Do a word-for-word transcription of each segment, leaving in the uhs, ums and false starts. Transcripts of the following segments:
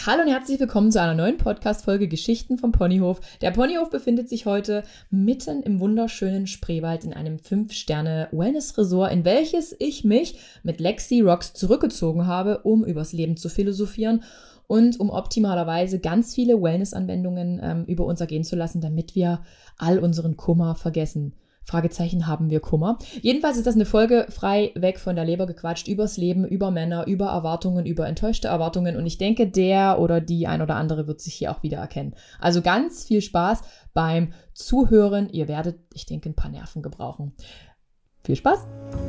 Hallo und herzlich willkommen zu einer neuen Podcast-Folge Geschichten vom Ponyhof. Der Ponyhof befindet sich heute mitten im wunderschönen Spreewald in einem fünf Sterne Wellness-Resort, in welches ich mich mit Lexi Rocks zurückgezogen habe, um übers Leben zu philosophieren und um optimalerweise ganz viele Wellness-Anwendungen ähm, über uns ergehen zu lassen, damit wir all unseren Kummer vergessen. Fragezeichen, haben wir Kummer? Jedenfalls ist das eine Folge frei weg von der Leber gequatscht, übers Leben, über Männer, über Erwartungen, über enttäuschte Erwartungen und ich denke, der oder die ein oder andere wird sich hier auch wieder erkennen. Also ganz viel Spaß beim Zuhören. Ihr werdet, ich denke, ein paar Nerven gebrauchen. Viel Spaß!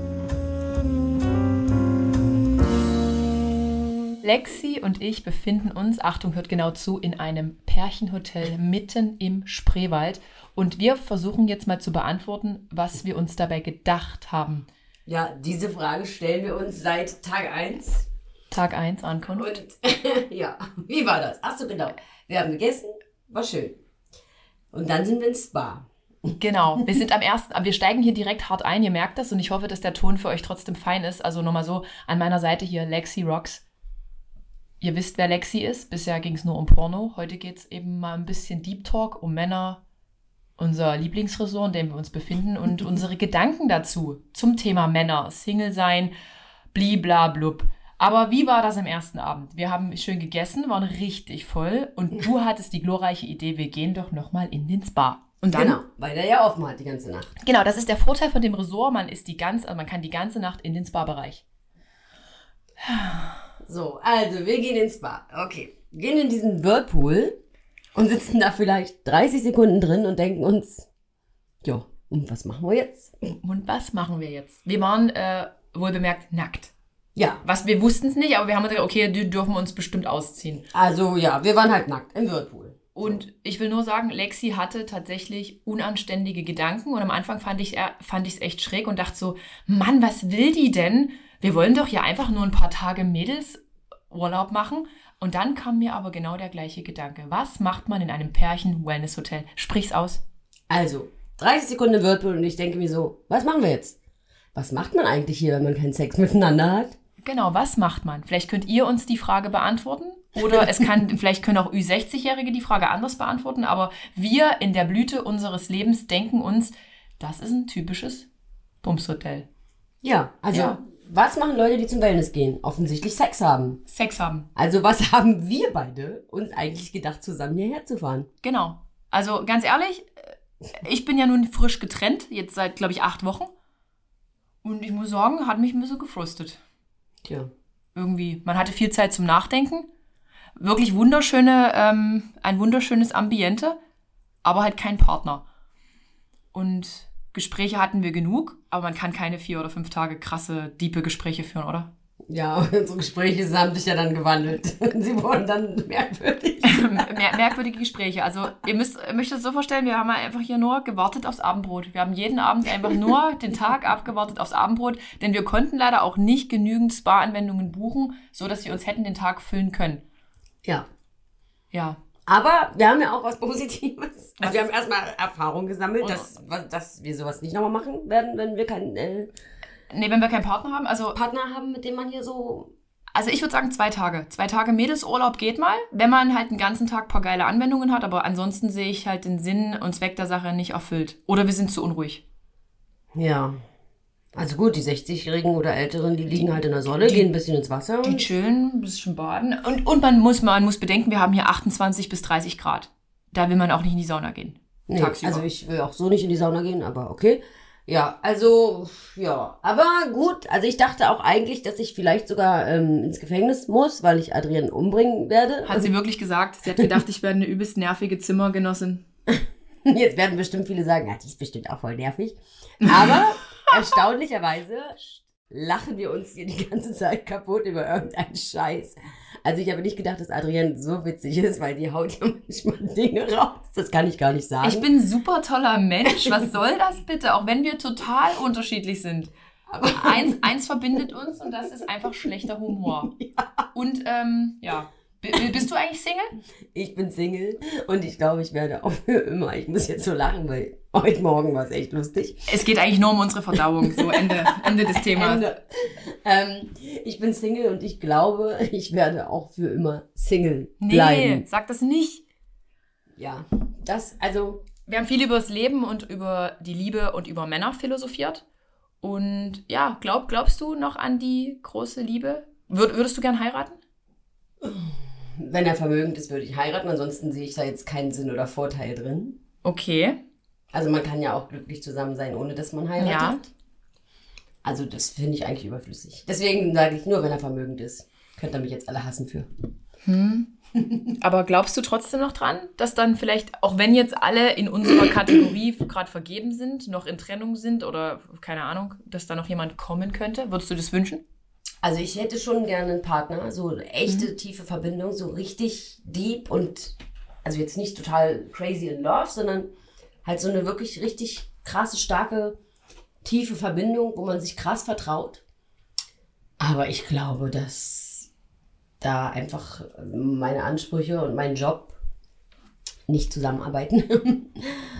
Lexi und ich befinden uns, Achtung, hört genau zu, in einem Pärchenhotel mitten im Spreewald. Und wir versuchen jetzt mal zu beantworten, was wir uns dabei gedacht haben. Ja, diese Frage stellen wir uns seit Tag eins. Tag eins, Ankunft. Und ja, wie war das? Ach so, genau. Wir haben gegessen, war schön. Und dann sind wir ins Spa. Genau, wir sind am ersten, wir steigen hier direkt hart ein, ihr merkt das und ich hoffe, dass der Ton für euch trotzdem fein ist. Also nochmal so, an meiner Seite hier Lexi Rocks. Ihr wisst, wer Lexi ist. Bisher ging es nur um Porno. Heute geht es eben mal ein bisschen Deep Talk um Männer, unser Lieblingsresort, in dem wir uns befinden und unsere Gedanken dazu zum Thema Männer, Single sein, bliblablub. Aber wie war das am ersten Abend? Wir haben schön gegessen, waren richtig voll und du hattest die glorreiche Idee, wir gehen doch nochmal in den Spa. Und dann, genau, weil der ja offen hat die ganze Nacht. Genau, das ist der Vorteil von dem Resort, man ist die ganze, also man kann die ganze Nacht in den Spa-Bereich. So, also wir gehen ins Spa. Okay, gehen in diesen Whirlpool und sitzen da vielleicht dreißig Sekunden drin und denken uns, ja, und was machen wir jetzt? Und was machen wir jetzt? Wir waren äh, wohlbemerkt nackt. Ja. Was, wir wussten es nicht, aber wir haben gesagt, okay, die dürfen uns bestimmt ausziehen. Also ja, wir waren halt nackt im Whirlpool. Und ich will nur sagen, Lexi hatte tatsächlich unanständige Gedanken und am Anfang fand ich fand ich es echt schräg und dachte so, Mann, was will die denn? Wir wollen doch hier einfach nur ein paar Tage Mädelsurlaub machen. Und dann kam mir aber genau der gleiche Gedanke. Was macht man in einem Pärchen-Wellness-Hotel? Sprich's aus. Also, dreißig Sekunden im Whirlpool und ich denke mir so, was machen wir jetzt? Was macht man eigentlich hier, wenn man keinen Sex miteinander hat? Genau, was macht man? Vielleicht könnt ihr uns die Frage beantworten. Oder es kann, vielleicht können auch Ü sechzig-Jährige die Frage anders beantworten. Aber wir in der Blüte unseres Lebens denken uns, das ist ein typisches Bumshotel. Ja, also... Ja. Was machen Leute, die zum Wellness gehen? Offensichtlich Sex haben. Sex haben. Also was haben wir beide uns eigentlich gedacht, zusammen hierher zu fahren? Genau. Also ganz ehrlich, ich bin ja nun frisch getrennt, jetzt seit, glaube ich, acht Wochen. Und ich muss sagen, hat mich ein bisschen gefrustet. Tja. Irgendwie, man hatte viel Zeit zum Nachdenken. Wirklich wunderschöne, ähm, ein wunderschönes Ambiente, aber halt kein Partner. Und... Gespräche hatten wir genug, aber man kann keine vier oder fünf Tage krasse, diepe Gespräche führen, oder? Ja, unsere Gespräche haben sich ja dann gewandelt. Sie wurden dann merkwürdig. Mer- merkwürdige Gespräche. Also ihr müsst, ihr müsst es so vorstellen, wir haben einfach hier nur gewartet aufs Abendbrot. Wir haben jeden Abend einfach nur den Tag abgewartet aufs Abendbrot, denn wir konnten leider auch nicht genügend Spa-Anwendungen buchen, so dass wir uns hätten den Tag füllen können. Ja. Ja. Aber wir haben ja auch was Positives. Also wir haben erstmal Erfahrung gesammelt, dass, dass wir sowas nicht nochmal machen werden, wenn wir keinen äh, nee, wenn wir keinen Partner haben. Also Partner haben, mit dem man hier so... Also ich würde sagen zwei Tage. Zwei Tage Mädelsurlaub geht mal, wenn man halt den ganzen Tag ein paar geile Anwendungen hat. Aber ansonsten sehe ich halt den Sinn und Zweck der Sache nicht erfüllt. Oder wir sind zu unruhig. Ja. Also gut, die sechzigjährigen oder Älteren, die liegen halt in der Sonne, die, gehen ein bisschen ins Wasser. Die chillen, ein bisschen baden. Und, und man muss man muss bedenken, wir haben hier achtundzwanzig bis dreißig Grad. Da will man auch nicht in die Sauna gehen. Nee, tagsüber. Also ich will auch so nicht in die Sauna gehen, aber okay. Ja, also, ja. Aber gut, also ich dachte auch eigentlich, dass ich vielleicht sogar ähm, ins Gefängnis muss, weil ich Adrian umbringen werde. Hat sie wirklich gesagt? Sie hat gedacht, ich werde eine übelst nervige Zimmergenossin. Jetzt werden bestimmt viele sagen, ja, die ist bestimmt auch voll nervig. Aber... Erstaunlicherweise lachen wir uns hier die ganze Zeit kaputt über irgendeinen Scheiß. Also ich habe nicht gedacht, dass Adrienne so witzig ist, weil die haut ja manchmal Dinge raus. Das kann ich gar nicht sagen. Ich bin ein super toller Mensch. Was soll das bitte? Auch wenn wir total unterschiedlich sind. Aber eins, eins verbindet uns und das ist einfach schlechter Humor. Ja. Und ähm, ja... Bist du eigentlich Single? Ich bin Single und ich glaube, ich werde auch für immer. Ich muss jetzt so lachen, weil heute Morgen war es echt lustig. Es geht eigentlich nur um unsere Verdauung, so Ende, Ende des Themas. Ende. ähm, ich bin Single und ich glaube, ich werde auch für immer Single Nee, bleiben. sag das nicht. Ja, das, also... Wir haben viel über das Leben und über die Liebe und über Männer philosophiert. Und ja, glaub, glaubst du noch an die große Liebe? Wür- würdest du gern heiraten? Wenn er vermögend ist, würde ich heiraten. Ansonsten sehe ich da jetzt keinen Sinn oder Vorteil drin. Okay. Also man kann ja auch glücklich zusammen sein, ohne dass man heiratet. Ja. Also das finde ich eigentlich überflüssig. Deswegen sage ich nur, wenn er vermögend ist. Könnt ihr mich jetzt alle hassen für. Hm. Aber glaubst du trotzdem noch dran, dass dann vielleicht, auch wenn jetzt alle in unserer Kategorie gerade vergeben sind, noch in Trennung sind oder keine Ahnung, dass da noch jemand kommen könnte? Würdest du das wünschen? Also ich hätte schon gerne einen Partner, so eine echte, Mhm. tiefe Verbindung, so richtig deep und, also jetzt nicht total crazy in love, sondern halt so eine wirklich richtig krasse, starke, tiefe Verbindung, wo man sich krass vertraut. Aber ich glaube, dass da einfach meine Ansprüche und mein Job nicht zusammenarbeiten.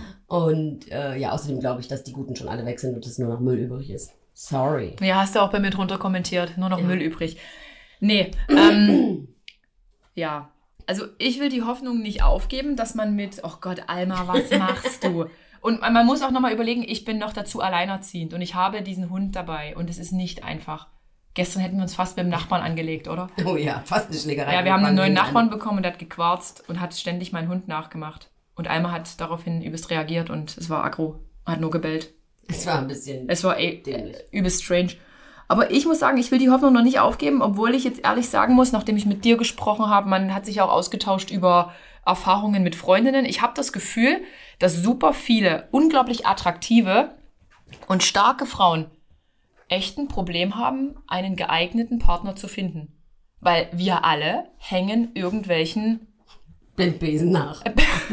Und äh, ja, außerdem glaube ich, dass die Guten schon alle weg sind und es nur noch Müll übrig ist. Sorry. Ja, hast du auch bei mir drunter kommentiert. Nur noch Ja. Müll übrig. Nee, ähm, ja. Also ich will die Hoffnung nicht aufgeben, dass man mit, oh Gott, Alma, was machst du? Und man muss auch nochmal überlegen, ich bin noch dazu alleinerziehend und ich habe diesen Hund dabei und es ist nicht einfach. Gestern hätten wir uns fast beim Nachbarn angelegt, oder? Oh ja, fast eine Schlägerei. Ja, wir haben einen neuen Irgendwann Nachbarn bekommen und der hat gequarzt und hat ständig meinen Hund nachgemacht. Und Alma hat daraufhin übelst reagiert und es war aggro. Hat nur gebellt. Es war ein bisschen... Es war eh, Dämlich. äh, übelst strange. Aber ich muss sagen, ich will die Hoffnung noch nicht aufgeben, obwohl ich jetzt ehrlich sagen muss, nachdem ich mit dir gesprochen habe, man hat sich auch ausgetauscht über Erfahrungen mit Freundinnen. Ich habe das Gefühl, dass super viele unglaublich attraktive und starke Frauen echt ein Problem haben, einen geeigneten Partner zu finden. Weil wir alle hängen irgendwelchen... Blindbesen nach.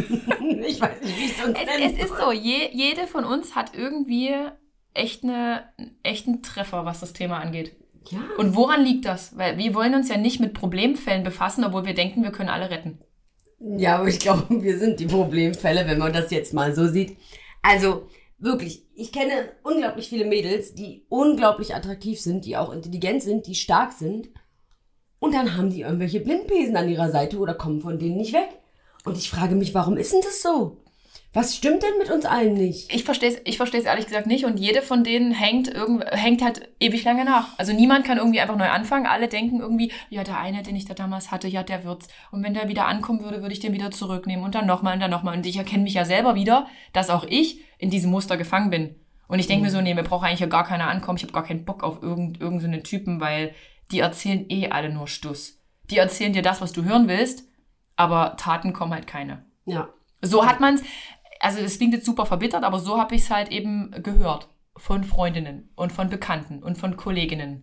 Ich weiß nicht, wie ich es sonst Es, nennen es ist so, je, jede von uns hat irgendwie echt eine, einen echten Treffer, was das Thema angeht. Ja. Und woran liegt das? Weil wir wollen uns ja nicht mit Problemfällen befassen, obwohl wir denken, wir können alle retten. Ja, aber ich glaube, wir sind die Problemfälle, wenn man das jetzt mal so sieht. Also, wirklich, ich kenne unglaublich viele Mädels, die unglaublich attraktiv sind, die auch intelligent sind, die stark sind. Und dann haben die irgendwelche Blindbesen an ihrer Seite oder kommen von denen nicht weg. Und ich frage mich, warum ist denn das so? Was stimmt denn mit uns allen nicht? Ich verstehe es ich versteh's ehrlich gesagt nicht und jede von denen hängt, irgend, hängt halt ewig lange nach. Also niemand kann irgendwie einfach neu anfangen. Alle denken irgendwie, ja, der eine, den ich da damals hatte, ja, der wird's. Und wenn der wieder ankommen würde, würde ich den wieder zurücknehmen und dann nochmal und dann nochmal. Und ich erkenne mich ja selber wieder, dass auch ich in diesem Muster gefangen bin. Und ich denke Mhm. mir so, nee, mir braucht eigentlich ja gar keiner ankommen. Ich habe gar keinen Bock auf irgend, irgend so einen Typen, weil die erzählen eh alle nur Stuss. Die erzählen dir das, was du hören willst, aber Taten kommen halt keine. Ja. So hat man's, also das klingt jetzt super verbittert, aber so habe ich es halt eben gehört. Von Freundinnen und von Bekannten und von Kolleginnen.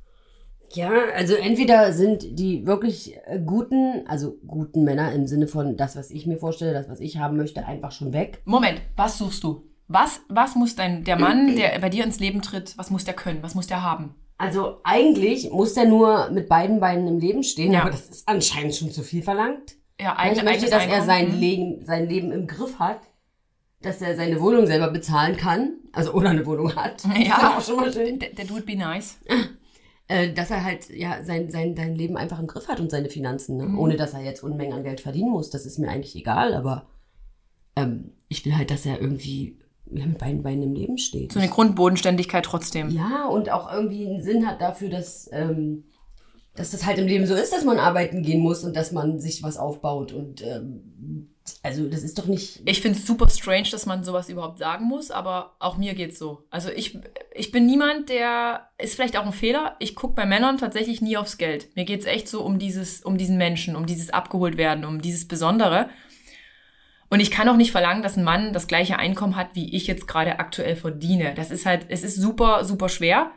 Ja, also entweder sind die wirklich äh, guten, also guten Männer im Sinne von das, was ich mir vorstelle, das, was ich haben möchte, einfach schon weg. Moment, was suchst du? Was, was muss dein, der Mann, der bei dir ins Leben tritt, was muss der können? Was muss der haben? Also eigentlich muss der nur mit beiden Beinen im Leben stehen, Ja. aber das ist anscheinend schon zu viel verlangt. Ja, Ich eigen, möchte, eigenes dass er Einkommen. sein Mhm. Leben, sein Leben im Griff hat, dass er seine Wohnung selber bezahlen kann, also oder eine Wohnung hat. Das ist Ja, auch schon mal schön. That, that would be nice. Äh, dass er halt ja sein, sein, sein Leben einfach im Griff hat und seine Finanzen, ne? Mhm. Ohne dass er jetzt Unmengen an Geld verdienen muss. Das ist mir eigentlich egal, aber ähm, ich will halt, dass er irgendwie ja, mit beiden Beinen im Leben steht. So eine Grundbodenständigkeit trotzdem. Ja, und auch irgendwie einen Sinn hat dafür, dass, ähm, dass das halt im Leben so ist, dass man arbeiten gehen muss und dass man sich was aufbaut. Und ähm, also das ist doch nicht... Ich finde es super strange, dass man sowas überhaupt sagen muss, aber auch mir geht's so. Also ich, ich bin niemand, der, ist vielleicht auch ein Fehler, ich gucke bei Männern tatsächlich nie aufs Geld. Mir geht's echt so um dieses, um diesen Menschen, um dieses Abgeholtwerden, um dieses Besondere. Und ich kann auch nicht verlangen, dass ein Mann das gleiche Einkommen hat, wie ich jetzt gerade aktuell verdiene. Das ist halt, es ist super, super schwer,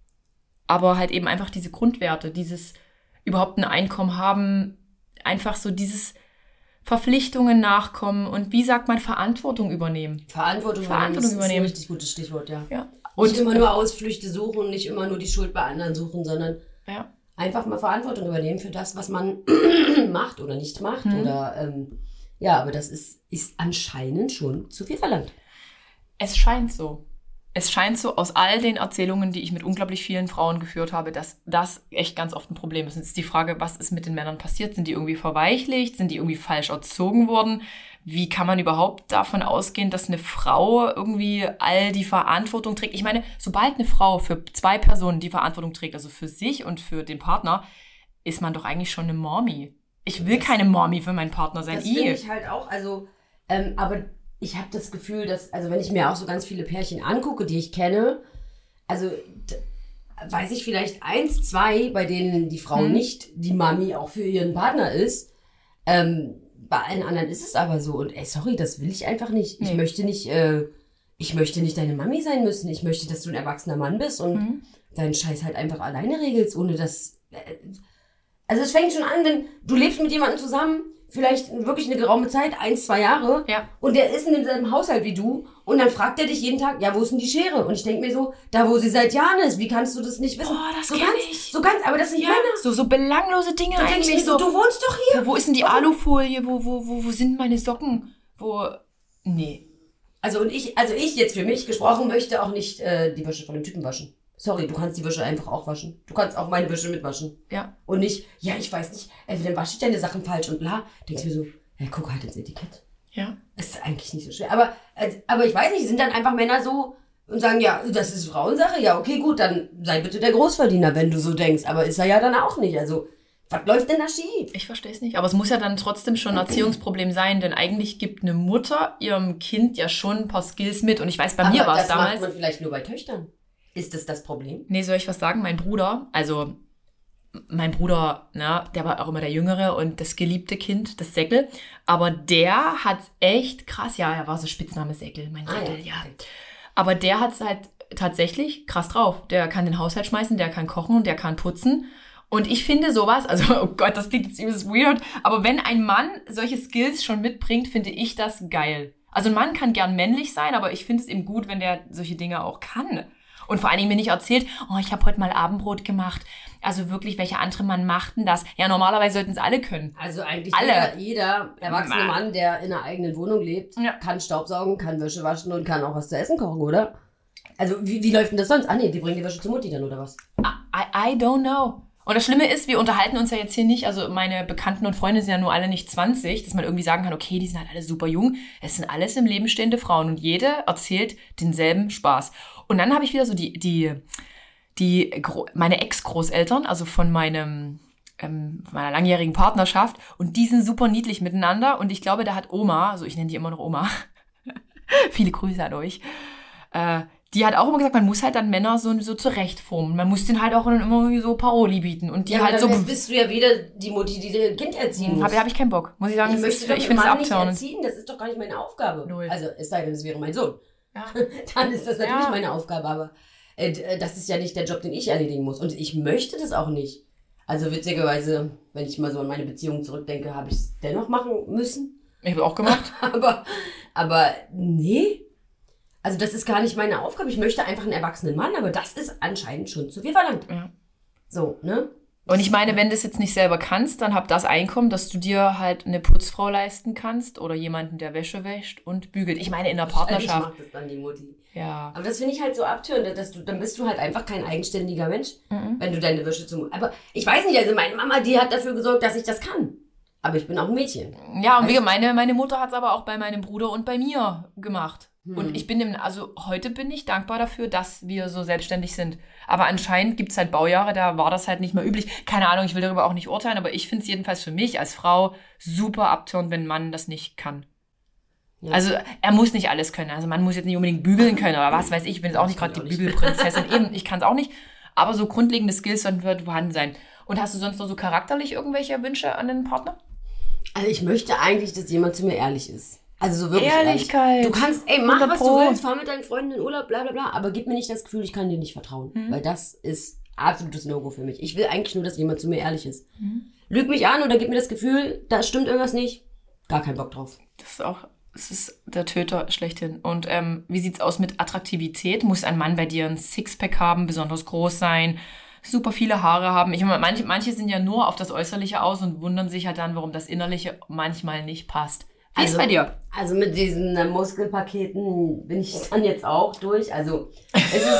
aber halt eben einfach diese Grundwerte, dieses überhaupt ein Einkommen haben, einfach so dieses Verpflichtungen nachkommen und wie sagt man, Verantwortung übernehmen. Verantwortung, Verantwortung übernehmen ist übernehmen. ein richtig gutes Stichwort, ja. Ja. Nicht immer nur Ausflüchte suchen, nicht immer nur die Schuld bei anderen suchen, sondern Ja. einfach mal Verantwortung übernehmen für das, was man macht oder nicht macht. Mhm. Oder ähm, ja, aber das ist, ist anscheinend schon zu viel verlangt. Es scheint so. es scheint so aus all den Erzählungen, die ich mit unglaublich vielen Frauen geführt habe, dass das echt ganz oft ein Problem ist. Jetzt ist die Frage, was ist mit den Männern passiert? Sind die irgendwie verweichlicht? Sind die irgendwie falsch erzogen worden? Wie kann man überhaupt davon ausgehen, dass eine Frau irgendwie all die Verantwortung trägt? Ich meine, sobald eine Frau für zwei Personen die Verantwortung trägt, also für sich und für den Partner, ist man doch eigentlich schon eine Mommy. Ich will keine Mommy für meinen Partner sein. Das finde ich halt auch, also, ähm, aber ich habe das Gefühl, dass, also wenn ich mir auch so ganz viele Pärchen angucke, die ich kenne, also d- weiß ich vielleicht eins, zwei, bei denen die Frau Hm. nicht die Mami auch für ihren Partner ist. Ähm, bei allen anderen ist es aber so. Und ey, sorry, das will ich einfach nicht. Ich Nee. möchte nicht, äh, ich möchte nicht deine Mami sein müssen. Ich möchte, dass du ein erwachsener Mann bist und Mhm. deinen Scheiß halt einfach alleine regelst, ohne dass... Äh, also es fängt schon an, denn du lebst mit jemandem zusammen, vielleicht wirklich eine geraume Zeit, eins, zwei Jahre, Ja. und der ist in demselben Haushalt wie du, und dann fragt er dich jeden Tag, ja, wo ist denn die Schere? Und ich denke mir so, da wo sie seit Jahren ist, wie kannst du das nicht wissen? Oh, das so kenn ganz, ich. So ganz, aber das sind Ja, Männer. so, so belanglose Dinge Da denke ich eigentlich. mir so, So, du wohnst doch hier. wo, wo ist denn die Warum? Alufolie? Wo, wo, wo, wo sind meine Socken? Wo, nee. Also und ich, also ich jetzt für mich gesprochen, möchte auch nicht äh, die Wäsche von dem Typen waschen. Sorry, du kannst die Wäsche einfach auch waschen. Du kannst auch meine Wäsche mitwaschen. Ja. Und nicht, ja, ich weiß nicht, äh, dann wasche ich deine Sachen falsch und bla. Denkst du mir so, ja, guck halt ins Etikett. Ja. Ist eigentlich nicht so schwer. Aber, äh, aber ich weiß nicht, sind dann einfach Männer so und sagen, ja, das ist Frauensache. Ja, okay, gut, dann sei bitte der Großverdiener, wenn du so denkst. Aber ist er ja dann auch nicht. Also, was läuft denn da schief? Ich verstehe es nicht. Aber es muss ja dann trotzdem schon ein Erziehungsproblem sein, denn eigentlich gibt eine Mutter ihrem Kind ja schon ein paar Skills mit. Und ich weiß, bei mir Aber war es das macht damals. man vielleicht nur bei Töchtern. Ist das das Problem? Nee, soll ich was sagen? Mein Bruder, also mein Bruder, na, der war auch immer der Jüngere und das geliebte Kind, das Säckel. Aber der hat's echt krass, ja, er war so Spitzname Säckel, mein Ah, Säckel, ja. ja. Aber der hat's halt tatsächlich krass drauf. Der kann den Haushalt schmeißen, der kann kochen, der kann putzen. Und ich finde sowas, also oh Gott, das klingt jetzt übelst weird, aber wenn ein Mann solche Skills schon mitbringt, finde ich das geil. Also ein Mann kann gern männlich sein, aber ich finde es eben gut, wenn der solche Dinge auch kann. Und vor allen Dingen mir nicht erzählt, oh, ich habe heute mal Abendbrot gemacht. Also wirklich, welcher andere Mann macht denn das? Ja, normalerweise sollten es alle können. Also eigentlich Alle. jeder, jeder erwachsene Ma. Mann, der in einer eigenen Wohnung lebt, Ja. kann Staubsaugen, kann Wäsche waschen und kann auch was zu essen kochen, oder? Also wie, wie läuft denn das sonst? Ah nee, die bringen die Wäsche zur Mutti dann, oder was? I, I don't know. Und das Schlimme ist, wir unterhalten uns ja jetzt hier nicht, also meine Bekannten und Freunde sind ja nur alle nicht zwanzig, dass man irgendwie sagen kann, okay, die sind halt alle super jung. Es sind alles im Leben stehende Frauen und jede erzählt denselben Spaß. Und dann habe ich wieder so die, die, die, Gro- meine Ex-Großeltern, also von meinem, ähm, meiner langjährigen Partnerschaft, und die sind super niedlich miteinander und ich glaube, da hat Oma, also ich nenne die immer noch Oma, viele Grüße an euch, äh, die hat auch immer gesagt, man muss halt dann Männer so, so zurechtformen. Man muss denen halt auch immer irgendwie so Paroli bieten. Und die Ja, halt dann so. bist du ja wieder die Mutti, die dein Kind erziehen muss. Habe hab ich keinen Bock. Muss ich sagen, ich das möchte ist, doch ich einen finde es Mann nicht abtörnend. erziehen, das ist doch gar nicht meine Aufgabe. Null. Also es sei denn, es wäre mein Sohn. Ja. Dann ist das natürlich Ja. meine Aufgabe, aber äh, d- äh, das ist ja nicht der Job, den ich erledigen muss. Und ich möchte das auch nicht. Also witzigerweise, wenn ich mal so an meine Beziehung zurückdenke, habe ich es dennoch machen müssen. Ich habe auch gemacht. aber, aber nee. Also das ist gar nicht meine Aufgabe. Ich möchte einfach einen erwachsenen Mann, aber das ist anscheinend schon zu viel verlangt. Ja. So, ne? Und ich meine, wenn du es jetzt nicht selber kannst, dann hab das Einkommen, dass du dir halt eine Putzfrau leisten kannst oder jemanden, der Wäsche wäscht und bügelt. Ich meine, in der Ich Partnerschaft. macht das dann die Mutti. Ja. Aber das finde ich halt so abtörend, dass du, dann bist du halt einfach kein eigenständiger Mensch, Mhm. wenn du deine Wäsche zum... Aber ich weiß nicht, also meine Mama, die hat dafür gesorgt, dass ich das kann. Aber ich bin auch ein Mädchen. Ja, und wie Also- gesagt, meine, meine Mutter hat es aber auch bei meinem Bruder und bei mir gemacht. Hm. Und ich bin im, also heute bin ich dankbar dafür, dass wir so selbstständig sind. Aber anscheinend gibt es halt Baujahre, da war das halt nicht mehr üblich. Keine Ahnung, ich will darüber auch nicht urteilen, aber ich finde es jedenfalls für mich als Frau super abtörend, wenn ein Mann das nicht kann. Ja. Also er muss nicht alles können. Also man muss jetzt nicht unbedingt bügeln können oder was weiß ich. Ich bin jetzt auch nicht Das gerade kann die ich auch nicht. Bügelprinzessin. Eben, ich kann es auch nicht. Aber so grundlegende Skills sollten vorhanden sein. Und hast du sonst noch so charakterlich irgendwelche Wünsche an den Partner? Also ich möchte eigentlich, dass jemand zu mir ehrlich ist. Also so wirklich Ehrlichkeit. ehrlich. Du kannst, ey, mach hundert was Pro. du willst, fahr mit deinen Freunden in Urlaub, bla bla bla, aber gib mir nicht das Gefühl, ich kann dir nicht vertrauen. Mhm. Weil das ist absolutes No-Go für mich. Ich will eigentlich nur, dass jemand zu mir ehrlich ist. Mhm. Lüg mich an oder gib mir das Gefühl, da stimmt irgendwas nicht. Gar keinen Bock drauf. Das ist auch, es ist der Töter schlechthin. Und ähm, wie sieht's aus mit Attraktivität? Muss ein Mann bei dir ein Sixpack haben, besonders groß sein, super viele Haare haben? Ich meine, manche, manche sind ja nur auf das Äußerliche aus und wundern sich halt dann, warum das Innerliche manchmal nicht passt. Wie also, ist bei dir? Also mit diesen äh, Muskelpaketen bin ich dann jetzt auch durch. Also es ist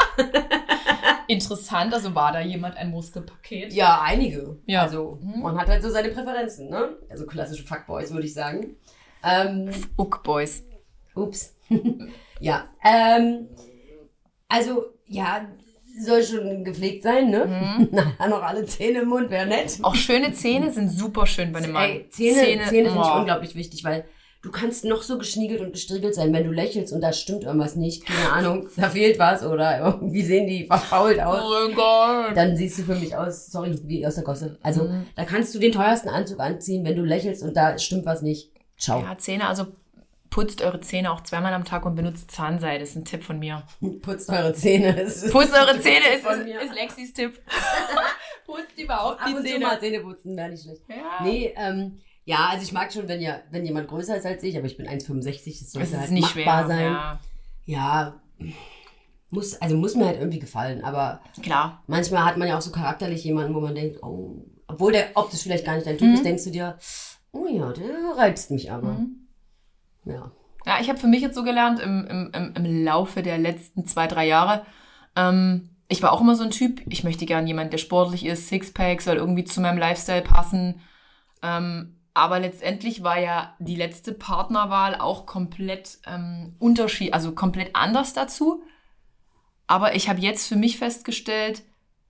interessant, also war da jemand ein Muskelpaket? Ja, einige. Ja. Also man hat halt so seine Präferenzen, ne? Also klassische Fuckboys, würde ich sagen. Ähm, Fuckboys. Ups. ja. Ähm, also, ja, soll schon gepflegt sein, ne? Mhm. Na, noch alle Zähne im Mund, wäre nett. Auch schöne Zähne sind super schön bei einem Mann. Ey, Zähne, Zähne, Zähne finde ich oh. unglaublich wichtig, weil du kannst noch so geschniegelt und gestriegelt sein, wenn du lächelst und da stimmt irgendwas nicht, keine Ahnung, da fehlt was oder irgendwie sehen die verfault aus. Oh Gott. Dann siehst du für mich aus, sorry, wie aus der Gosse. Also, mhm. da kannst du den teuersten Anzug anziehen, wenn du lächelst und da stimmt was nicht. Ciao. Ja, Zähne, also putzt eure Zähne auch zweimal am Tag und benutzt Zahnseide. Das ist ein Tipp von mir. Putzt eure Zähne. Putzt eure Zähne ist, ist, ist Lexis Tipp. Putzt überhaupt die Ab und Zähne. zu mal Zähne putzen, wäre nicht schlecht. Ja. Nee, ähm, ja, also ich mag schon, wenn ja, wenn jemand größer ist als ich, aber ich bin eins Komma fünfundsechzig, das sollte das halt nicht machbar schwer, sein. Ja. ja, muss, also muss mir halt irgendwie gefallen, aber klar. Manchmal hat man ja auch so charakterlich jemanden, wo man denkt, oh, obwohl der optisch vielleicht gar nicht dein Typ mhm. ist, denkst du dir, oh ja, der reizt mich aber. Mhm. Ja. Ja, ich habe für mich jetzt so gelernt, im, im, im, im Laufe der letzten zwei, drei Jahre, ähm, ich war auch immer so ein Typ, ich möchte gerne jemanden, der sportlich ist, Sixpack, soll irgendwie zu meinem Lifestyle passen, ähm, aber letztendlich war ja die letzte Partnerwahl auch komplett ähm, unterschied, also komplett anders dazu, aber ich habe jetzt für mich festgestellt,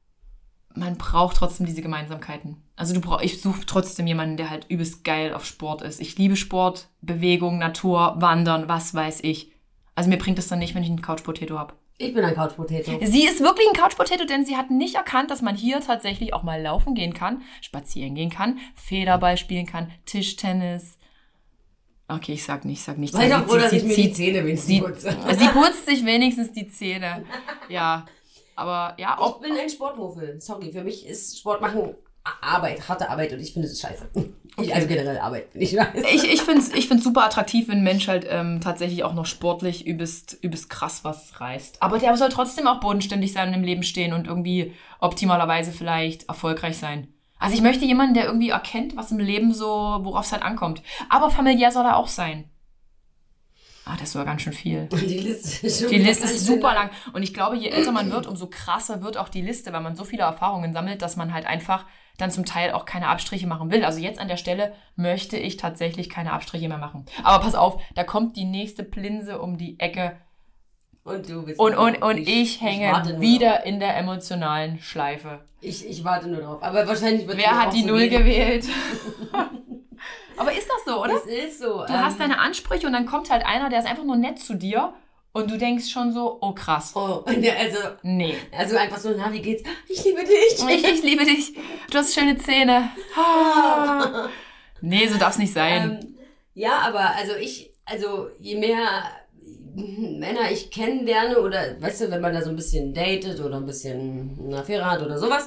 man braucht trotzdem diese Gemeinsamkeiten. Also du brauch, ich suche trotzdem jemanden, der halt übelst geil auf Sport ist. Ich liebe Sport, Bewegung, Natur, Wandern, was weiß ich. Also mir bringt es dann nicht, wenn ich einen Couch-Potato habe. Ich bin ein Couch-Potato. Sie ist wirklich ein Couch-Potato, denn sie hat nicht erkannt, dass man hier tatsächlich auch mal laufen gehen kann, spazieren gehen kann, Federball spielen kann, Tischtennis. Okay, ich sag nicht, ich sag nicht. Sei doch froh, dass sie, ich mir sie, die Zähne wenigstens putze. Sie putzt sich wenigstens die Zähne. Ja. Aber ja, auch. Ich bin ein Sportmuffel. Sorry, für mich ist Sport machen Arbeit, harte Arbeit und ich finde es scheiße. Okay. Ich, also generell Arbeit, finde ich weiß. Ich, ich finde es ich find's super attraktiv, wenn ein Mensch halt ähm, tatsächlich auch noch sportlich übelst, übelst krass was reißt. Aber der soll trotzdem auch bodenständig sein und im Leben stehen und irgendwie optimalerweise vielleicht erfolgreich sein. Also ich möchte jemanden, der irgendwie erkennt, was im Leben so, worauf es halt ankommt. Aber familiär soll er auch sein. Ah, das ist sogar ganz schön viel. Und die Liste ist, schon die Liste ist super lang. Und ich glaube, je älter man wird, umso krasser wird auch die Liste, weil man so viele Erfahrungen sammelt, dass man halt einfach dann zum Teil auch keine Abstriche machen will. Also jetzt an der Stelle möchte ich tatsächlich keine Abstriche mehr machen. Aber pass auf, da kommt die nächste Plinse um die Ecke. Und du bist Und, und, und ich, ich hänge ich wieder drauf. In der emotionalen Schleife. Ich, ich warte nur drauf. Aber wahrscheinlich wird Wer hat die so Null gehen. Gewählt? Aber ist das so, oder? Das ist so. Du ähm, hast deine Ansprüche und dann kommt halt einer, der ist einfach nur nett zu dir und du denkst schon so, oh krass. Oh, also, nee. Also einfach so, na, wie geht's? Ich liebe dich. Ich, ich liebe dich. Du hast schöne Zähne. Ah. Nee, so darf's nicht sein. Ähm, ja, aber also ich, also je mehr Männer ich kennenlerne oder, weißt du, wenn man da so ein bisschen datet oder ein bisschen eine Affäre hat oder sowas,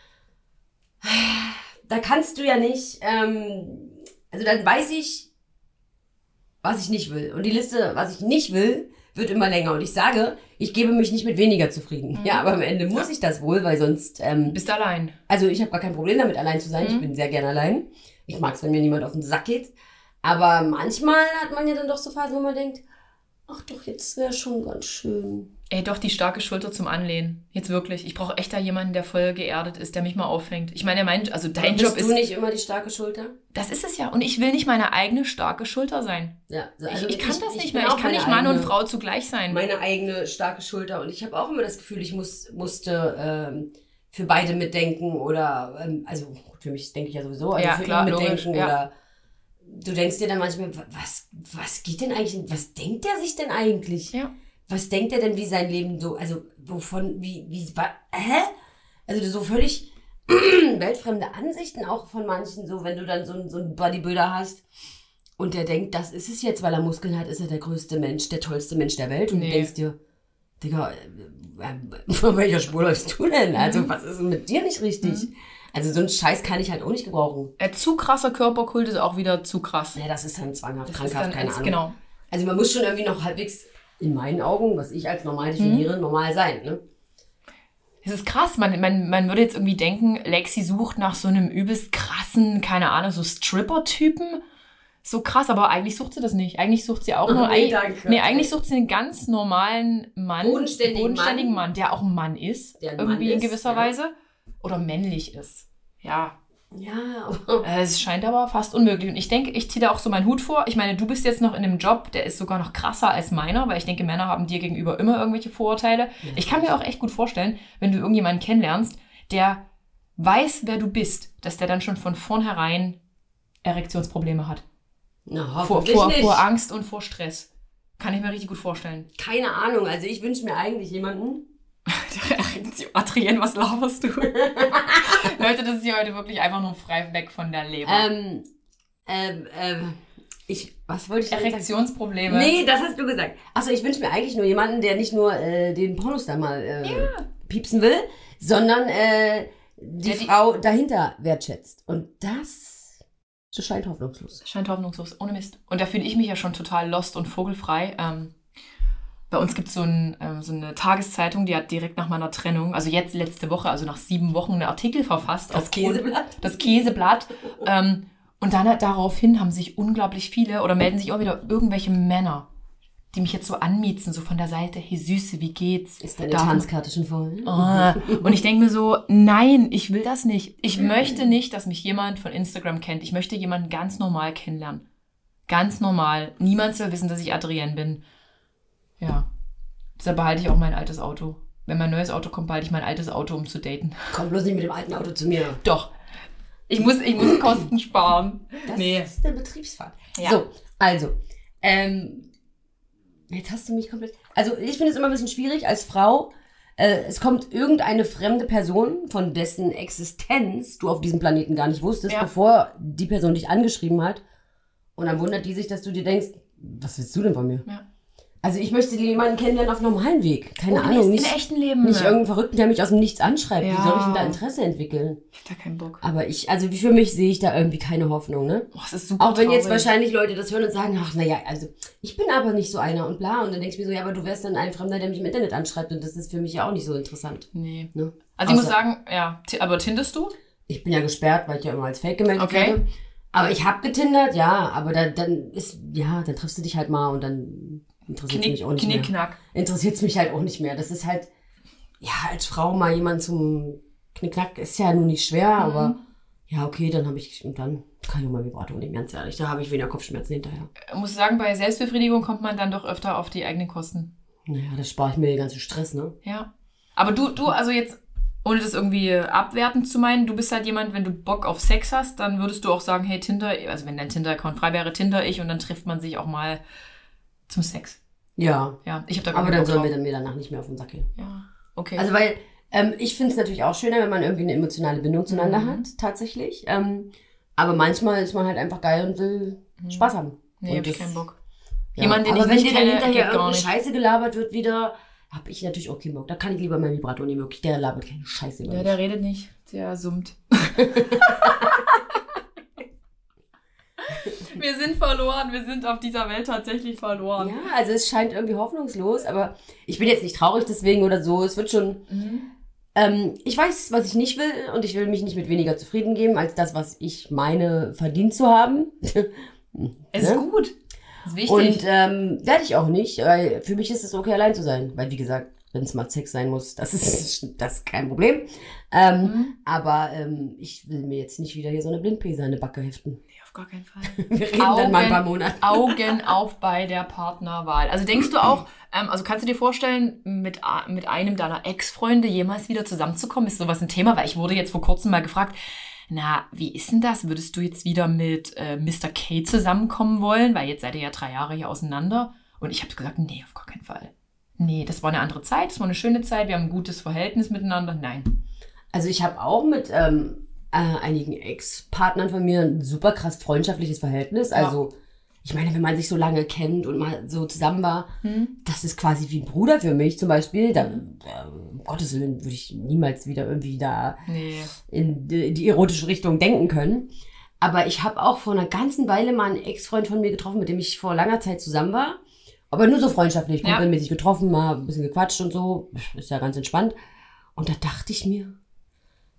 da kannst du ja nicht, ähm, also dann weiß ich, was ich nicht will. Und die Liste, was ich nicht will, wird immer länger. Und ich sage, ich gebe mich nicht mit weniger zufrieden. Mhm. Ja, aber am Ende muss ich das wohl, weil sonst... Ähm, bist allein. Also ich habe gar kein Problem damit, allein zu sein. Mhm. Ich bin sehr gerne allein. Ich mag es, wenn mir niemand auf den Sack geht. Aber manchmal hat man ja dann doch so Phasen, wo man denkt, ach doch, jetzt wäre schon ganz schön. Ey, doch, die starke Schulter zum Anlehnen. Jetzt wirklich. Ich brauche echt da jemanden, der voll geerdet ist, der mich mal auffängt. Ich meine, mein, also dein bist Job ist... Bist du nicht immer die starke Schulter? Das ist es ja. Und ich will nicht meine eigene starke Schulter sein. Ja, also ich, ich kann ich, das ich nicht mehr. Ich kann nicht Mann eigene, und Frau zugleich sein. Meine eigene starke Schulter. Und ich habe auch immer das Gefühl, ich muss, musste ähm, für beide mitdenken oder, ähm, also für mich denke ich ja sowieso, also ja, für klar, ihn mitdenken logisch, ja. oder du denkst dir dann manchmal, was, was geht denn eigentlich, was denkt der sich denn eigentlich? Ja. Was denkt er denn, wie sein Leben so, also wovon, wie, wie, wa, hä? Also so völlig weltfremde Ansichten auch von manchen, so wenn du dann so, so einen Bodybuilder hast und der denkt, das ist es jetzt, weil er Muskeln hat, ist er der größte Mensch, der tollste Mensch der Welt und nee. Du denkst dir, Digga, äh, von welcher Spur läufst du denn? Also mhm. was ist denn mit dir nicht richtig? Mhm. Also so einen Scheiß kann ich halt auch nicht gebrauchen. Äh, zu krasser Körperkult ist auch wieder zu krass. Ja, das ist dann zwanghaft, das krankhaft, keine Ahnung. Genau. Also man muss schon irgendwie noch halbwegs in meinen Augen, was ich als normal definiere, mhm. normal sein, ne? Es ist krass, man, man, man würde jetzt irgendwie denken, Lexi sucht nach so einem übelst krassen, keine Ahnung, so Stripper-Typen. so krass, aber eigentlich sucht sie das nicht. Eigentlich sucht sie auch Oh, nur... nee, ein, danke. nee, eigentlich sucht sie einen ganz normalen Mann, Bodenständigen bodenständigen Mann. Mann, der auch ein Mann ist, Der ein irgendwie Mann in ist, gewisser ja. Weise. Oder männlich ist. Ja, Ja, Äh, Es scheint aber fast unmöglich. Und ich denke, ich ziehe da auch so meinen Hut vor. Ich meine, du bist jetzt noch in einem Job, der ist sogar noch krasser als meiner, weil ich denke, Männer haben dir gegenüber immer irgendwelche Vorurteile. Ja, Ich kann mir auch echt gut vorstellen, wenn du irgendjemanden kennenlernst, der weiß, wer du bist, dass der dann schon von vornherein Erektionsprobleme hat. na, Vor, hoffentlich vor, nicht. vor Angst und vor Stress. Kann ich mir richtig gut vorstellen. Keine Ahnung, also ich wünsche mir eigentlich jemanden... Adrien, was laberst du? Leute, das ist hier heute wirklich einfach nur frei weg von der Leber. Ähm, ähm, ähm, ich, was wollte ich denn sagen? Erektionsprobleme. Nee, das hast du gesagt. Achso, ich wünsche mir eigentlich nur jemanden, der nicht nur äh, den Pornostar mal äh, Ja. piepsen will, sondern äh, die, Der die- Frau dahinter wertschätzt. Und das, das scheint hoffnungslos. Scheint hoffnungslos, ohne Mist. Und da fühle ich mich ja schon total lost und vogelfrei. Ähm, bei uns gibt es so, ein, ähm, so eine Tageszeitung, die hat direkt nach meiner Trennung, also jetzt letzte Woche, also nach sieben Wochen, einen Artikel verfasst. Das aufgrund- Käseblatt? Das Käseblatt. ähm, und dann hat daraufhin haben sich unglaublich viele oder melden sich auch wieder irgendwelche Männer, die mich jetzt so anmiezen, so von der Seite, hey Süße, wie geht's? Ist deine Darf- Tanzkarte schon voll? Ah, und ich denke mir so, nein, ich will das nicht. Ich möchte nicht, dass mich jemand von Instagram kennt. Ich möchte jemanden ganz normal kennenlernen. Ganz normal. Niemand soll wissen, dass ich Adrienne bin. Ja. Deshalb behalte ich auch mein altes Auto. Wenn mein neues Auto kommt, behalte ich mein altes Auto, um zu daten. Komm bloß nicht mit dem alten Auto zu mir. Doch. Ich muss, ich muss Kosten sparen. Das Nee. ist der Betriebsfahrt. Ja. So, also, ähm, jetzt hast du mich komplett... Also, ich finde es immer ein bisschen schwierig als Frau. Äh, es kommt irgendeine fremde Person, von dessen Existenz du auf diesem Planeten gar nicht wusstest, Ja. bevor die Person dich angeschrieben hat. Und dann wundert die sich, dass du dir denkst, was willst du denn von mir? Ja. Also, ich möchte jemanden kennenlernen auf normalen Weg. Keine Ohne Ahnung, Mist, nicht, im echten Leben. nicht irgendeinen Verrückten, der mich aus dem Nichts anschreibt. Wie Ja. soll ich denn da Interesse entwickeln? Ich hab da keinen Bock. Aber ich, also für mich sehe ich da irgendwie keine Hoffnung, ne? Boah, es ist super Auch wenn jetzt traurig. wahrscheinlich Leute das hören und sagen, ach naja, also ich bin aber nicht so einer und bla. Und dann denke ich mir so, ja, aber du wärst dann ein Fremder, der mich im Internet anschreibt und das ist für mich ja auch nicht so interessant. Nee. Ne? Also ich muss Außer- sagen, ja, ti- aber tinderst du? Ich bin ja gesperrt, weil ich ja immer als Fake gemeldet Okay. werde. Aber ich habe getindert, ja, aber dann, dann ist, ja, dann triffst du dich halt mal und dann interessiert es Knick, mich auch nicht knick, mehr. knack. Interessiert es mich halt auch nicht mehr. Das ist halt, ja, als Frau mal jemand zum Knickknack ist ja nun nicht schwer, Mhm. aber ja, okay, dann habe ich, und dann kann ich auch mal Vibrato nehmen, ganz ehrlich. Da habe ich weniger Kopfschmerzen hinterher. Ich muss sagen, bei Selbstbefriedigung kommt man dann doch öfter auf die eigenen Kosten. Naja, das spare ich mir den ganzen Stress, ne? Ja. Aber du, du, also jetzt, ohne das irgendwie abwertend zu meinen, du bist halt jemand, wenn du Bock auf Sex hast, dann würdest du auch sagen, hey, Tinder, also wenn dein Tinder-Account frei wäre, Tinder ich und dann trifft man sich auch mal zum Sex. Ja. Ja, ich habe da gar Aber keinen dann Bock sollen wir drauf. dann mir danach nicht mehr auf den Sack gehen. Ja, okay. Also, weil ähm, ich finde es natürlich auch schöner, wenn man irgendwie eine emotionale Bindung zueinander Mhm. hat, tatsächlich. Ähm, aber manchmal ist man halt einfach geil und will Spaß haben. nee, und hab ich das- keinen Bock. Ja. Jemand, den aber ich wenn nicht dir dann kenne, hinterher geht gar irgendeine nicht. Scheiße gelabert wird wieder, hab ich natürlich auch keinen Bock. Da kann ich lieber mein Vibrato nehmen, wirklich. Der labert keine Scheiße über Ja, mich. der redet nicht, der summt. Wir sind verloren, wir sind auf dieser Welt tatsächlich verloren. Ja, also es scheint irgendwie hoffnungslos, aber ich bin jetzt nicht traurig deswegen oder so. Es wird schon. Mhm. Ähm, ich weiß, was ich nicht will und ich will mich nicht mit weniger zufrieden geben, als das, was ich meine, verdient zu haben. Es Ne? ist gut. Das ist wichtig. Und ähm, werde ich auch nicht, weil für mich ist es okay, allein zu sein. Weil, wie gesagt, wenn es mal Sex sein muss, das ist, das ist kein Problem. Ähm, Mhm. Aber ähm, ich will mir jetzt nicht wieder hier so eine Blindprise an eine Backe heften. Nee, auf gar keinen Fall. Wir reden dann mal ein paar Monate. Augen auf bei der Partnerwahl. Also denkst du auch, ähm, also kannst du dir vorstellen, mit, a- mit einem deiner Ex-Freunde jemals wieder zusammenzukommen? Ist sowas ein Thema? Weil ich wurde jetzt vor kurzem mal gefragt, na, wie ist denn das? Würdest du jetzt wieder mit äh, Mister K zusammenkommen wollen? Weil jetzt seid ihr ja drei Jahre hier auseinander. Und ich habe gesagt, nee, auf gar keinen Fall. Nee, das war eine andere Zeit, das war eine schöne Zeit, wir haben ein gutes Verhältnis miteinander. Nein. Also ich habe auch mit ähm, äh, einigen Ex-Partnern von mir ein super krass freundschaftliches Verhältnis. Ja. Also ich meine, wenn man sich so lange kennt und mal so zusammen war, Hm? das ist quasi wie ein Bruder für mich zum Beispiel. Dann, äh, um Gottes Willen, würde ich niemals wieder irgendwie da Nee. in die, die erotische Richtung denken können. Aber ich habe auch vor einer ganzen Weile mal einen Ex-Freund von mir getroffen, mit dem ich vor langer Zeit zusammen war. Aber nur so freundschaftlich, Ja. kumpelmäßig getroffen, mal ein bisschen gequatscht und so. Ist ja ganz entspannt. Und da dachte ich mir,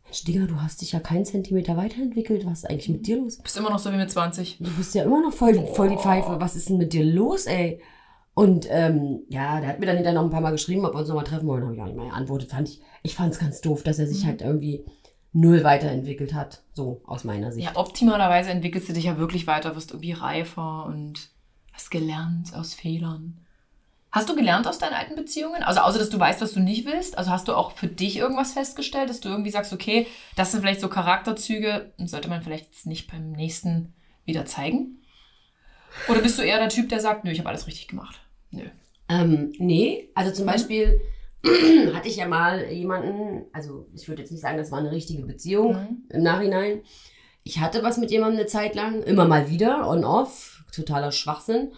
Digga, du hast dich ja keinen Zentimeter weiterentwickelt. Was ist eigentlich mit dir los? Du bist immer noch so wie mit zwanzig. Du bist ja immer noch voll, voll die Pfeife. Was ist denn mit dir los, ey? Und ähm, ja, der hat mir dann hinterher noch ein paar Mal geschrieben, ob wir uns nochmal treffen wollen. Habe ich auch nicht mehr geantwortet. Fand ich, ich fand es ganz doof, dass er sich mhm. halt irgendwie null weiterentwickelt hat. So aus meiner Sicht. Ja, optimalerweise entwickelst du dich ja wirklich weiter, wirst irgendwie reifer und hast gelernt aus Fehlern. Hast du gelernt aus deinen alten Beziehungen? Also außer, dass du weißt, was du nicht willst? Also hast du auch für dich irgendwas festgestellt, dass du irgendwie sagst, okay, das sind vielleicht so Charakterzüge und sollte man vielleicht jetzt nicht beim nächsten wieder zeigen? Oder bist du eher der Typ, der sagt, nö, ich habe alles richtig gemacht? Nö. Ähm, nee, also zum mhm. Beispiel hatte ich ja mal jemanden, also ich würde jetzt nicht sagen, das war eine richtige Beziehung mhm. im Nachhinein. Ich hatte was mit jemandem eine Zeit lang, immer mal wieder, on-off, totaler Schwachsinn.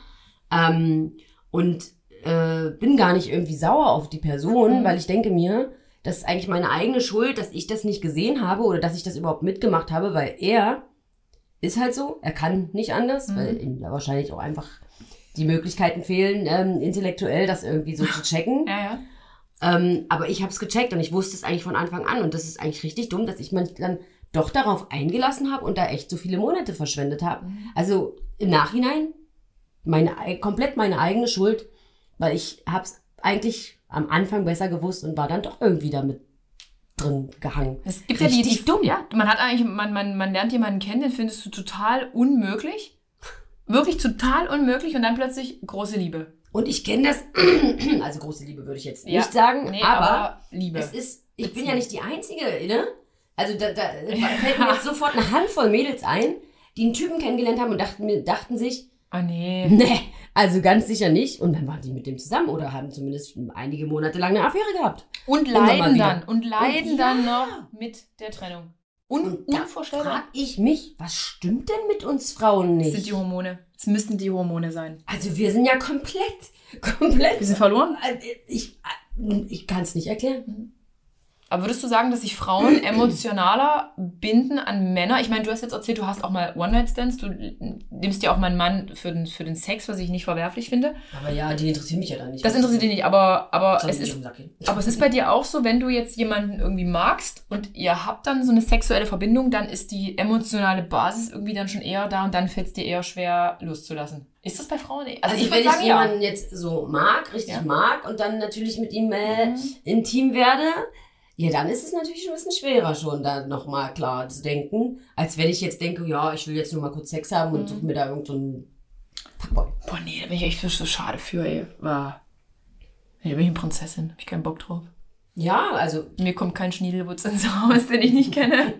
Ähm, und äh, bin gar nicht irgendwie sauer auf die Person, mhm. weil ich denke mir, das ist eigentlich meine eigene Schuld, dass ich das nicht gesehen habe oder dass ich das überhaupt mitgemacht habe, weil er ist halt so, er kann nicht anders, mhm. weil ihm da wahrscheinlich auch einfach die Möglichkeiten fehlen, ähm, intellektuell das irgendwie so zu checken. Ja, ja. Ähm, aber ich habe es gecheckt und ich wusste es eigentlich von Anfang an und das ist eigentlich richtig dumm, dass ich mich dann doch darauf eingelassen habe und da echt so viele Monate verschwendet habe. Mhm. Also im Nachhinein meine, komplett meine eigene Schuld, weil ich habe es eigentlich am Anfang besser gewusst und war dann doch irgendwie damit drin gehangen. Es gibt richtig ja die, die dumm. Ja, man hat eigentlich, man, man, man lernt jemanden kennen, den findest du total unmöglich. Wirklich total unmöglich und dann plötzlich große Liebe. Und ich kenne das, also große Liebe würde ich jetzt nicht ja, sagen, nee, aber, aber Liebe. Es ist, ich Beziehung. bin ja nicht die Einzige, ne? Also da, da fällt mir jetzt sofort eine Handvoll Mädels ein, die einen Typen kennengelernt haben und dachten, dachten sich, ah nee. Nee, also ganz sicher nicht. Und dann waren die mit dem zusammen oder haben zumindest einige Monate lang eine Affäre gehabt. Und leiden dann. Und leiden und ja. dann noch mit der Trennung. Un- und unvorstellbar. Da frage ich mich, was stimmt denn mit uns Frauen nicht? Das sind die Hormone. Es müssten die Hormone sein. Also wir sind ja komplett, komplett. Wir sind verloren? Ich, ich kann es nicht erklären. Aber würdest du sagen, dass sich Frauen emotionaler binden an Männer? Ich meine, du hast jetzt erzählt, du hast auch mal One-Night-Stands. Du nimmst ja auch meinen Mann für den, für den Sex, was ich nicht verwerflich finde. Aber ja, die interessieren mich ja dann nicht. Das interessiert dich nicht, aber, aber, es ist, aber es ist bei dir auch so, wenn du jetzt jemanden irgendwie magst und ihr habt dann so eine sexuelle Verbindung, dann ist die emotionale Basis irgendwie dann schon eher da und dann fällt es dir eher schwer loszulassen. Ist das bei Frauen? Also, also ich wenn sagen, ich jemanden ja. jetzt so mag, richtig ja. mag und dann natürlich mit ihm äh, mhm. intim werde, ja, dann ist es natürlich ein bisschen schwerer schon, da nochmal klar zu denken, als wenn ich jetzt denke, ja, ich will jetzt nur mal kurz Sex haben und mhm. suche mir da irgendeinen Fuckboy. Boah, nee, da bin ich echt so schade für, ey. War. Nee, da bin ich eine Prinzessin, hab ich keinen Bock drauf. Ja, also... Mir kommt kein Schniedelwutz ins Haus, den ich nicht kenne.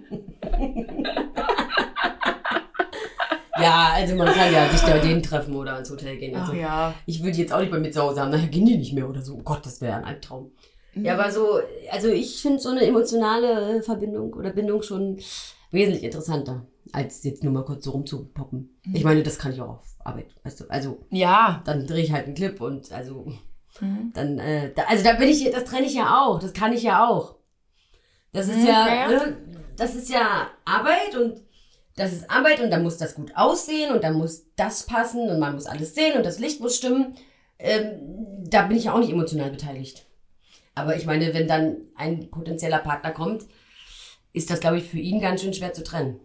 Ja, also man kann ja sich da denen treffen oder ins Hotel gehen. Also Ach ja. Ich will die jetzt auch nicht bei mir zu Hause haben, nachher gehen die nicht mehr oder so. Oh Gott, das wäre ein Albtraum. Ja, aber so, also ich finde so eine emotionale Verbindung oder Bindung schon wesentlich interessanter, als jetzt nur mal kurz so rumzupoppen. Mhm. Ich meine, das kann ich auch auf Arbeit, weißt du, also ja. Dann drehe ich halt einen Clip und also mhm. dann, äh, da, also da bin ich, das trenne ich ja auch, das kann ich ja auch. Das ist mhm, ja, ja, das ist ja Arbeit und das ist Arbeit und dann muss das gut aussehen und dann muss das passen und man muss alles sehen und das Licht muss stimmen. Ähm, da bin ich ja auch nicht emotional beteiligt. Aber ich meine, wenn dann ein potenzieller Partner kommt, ist das, glaube ich, für ihn ganz schön schwer zu trennen.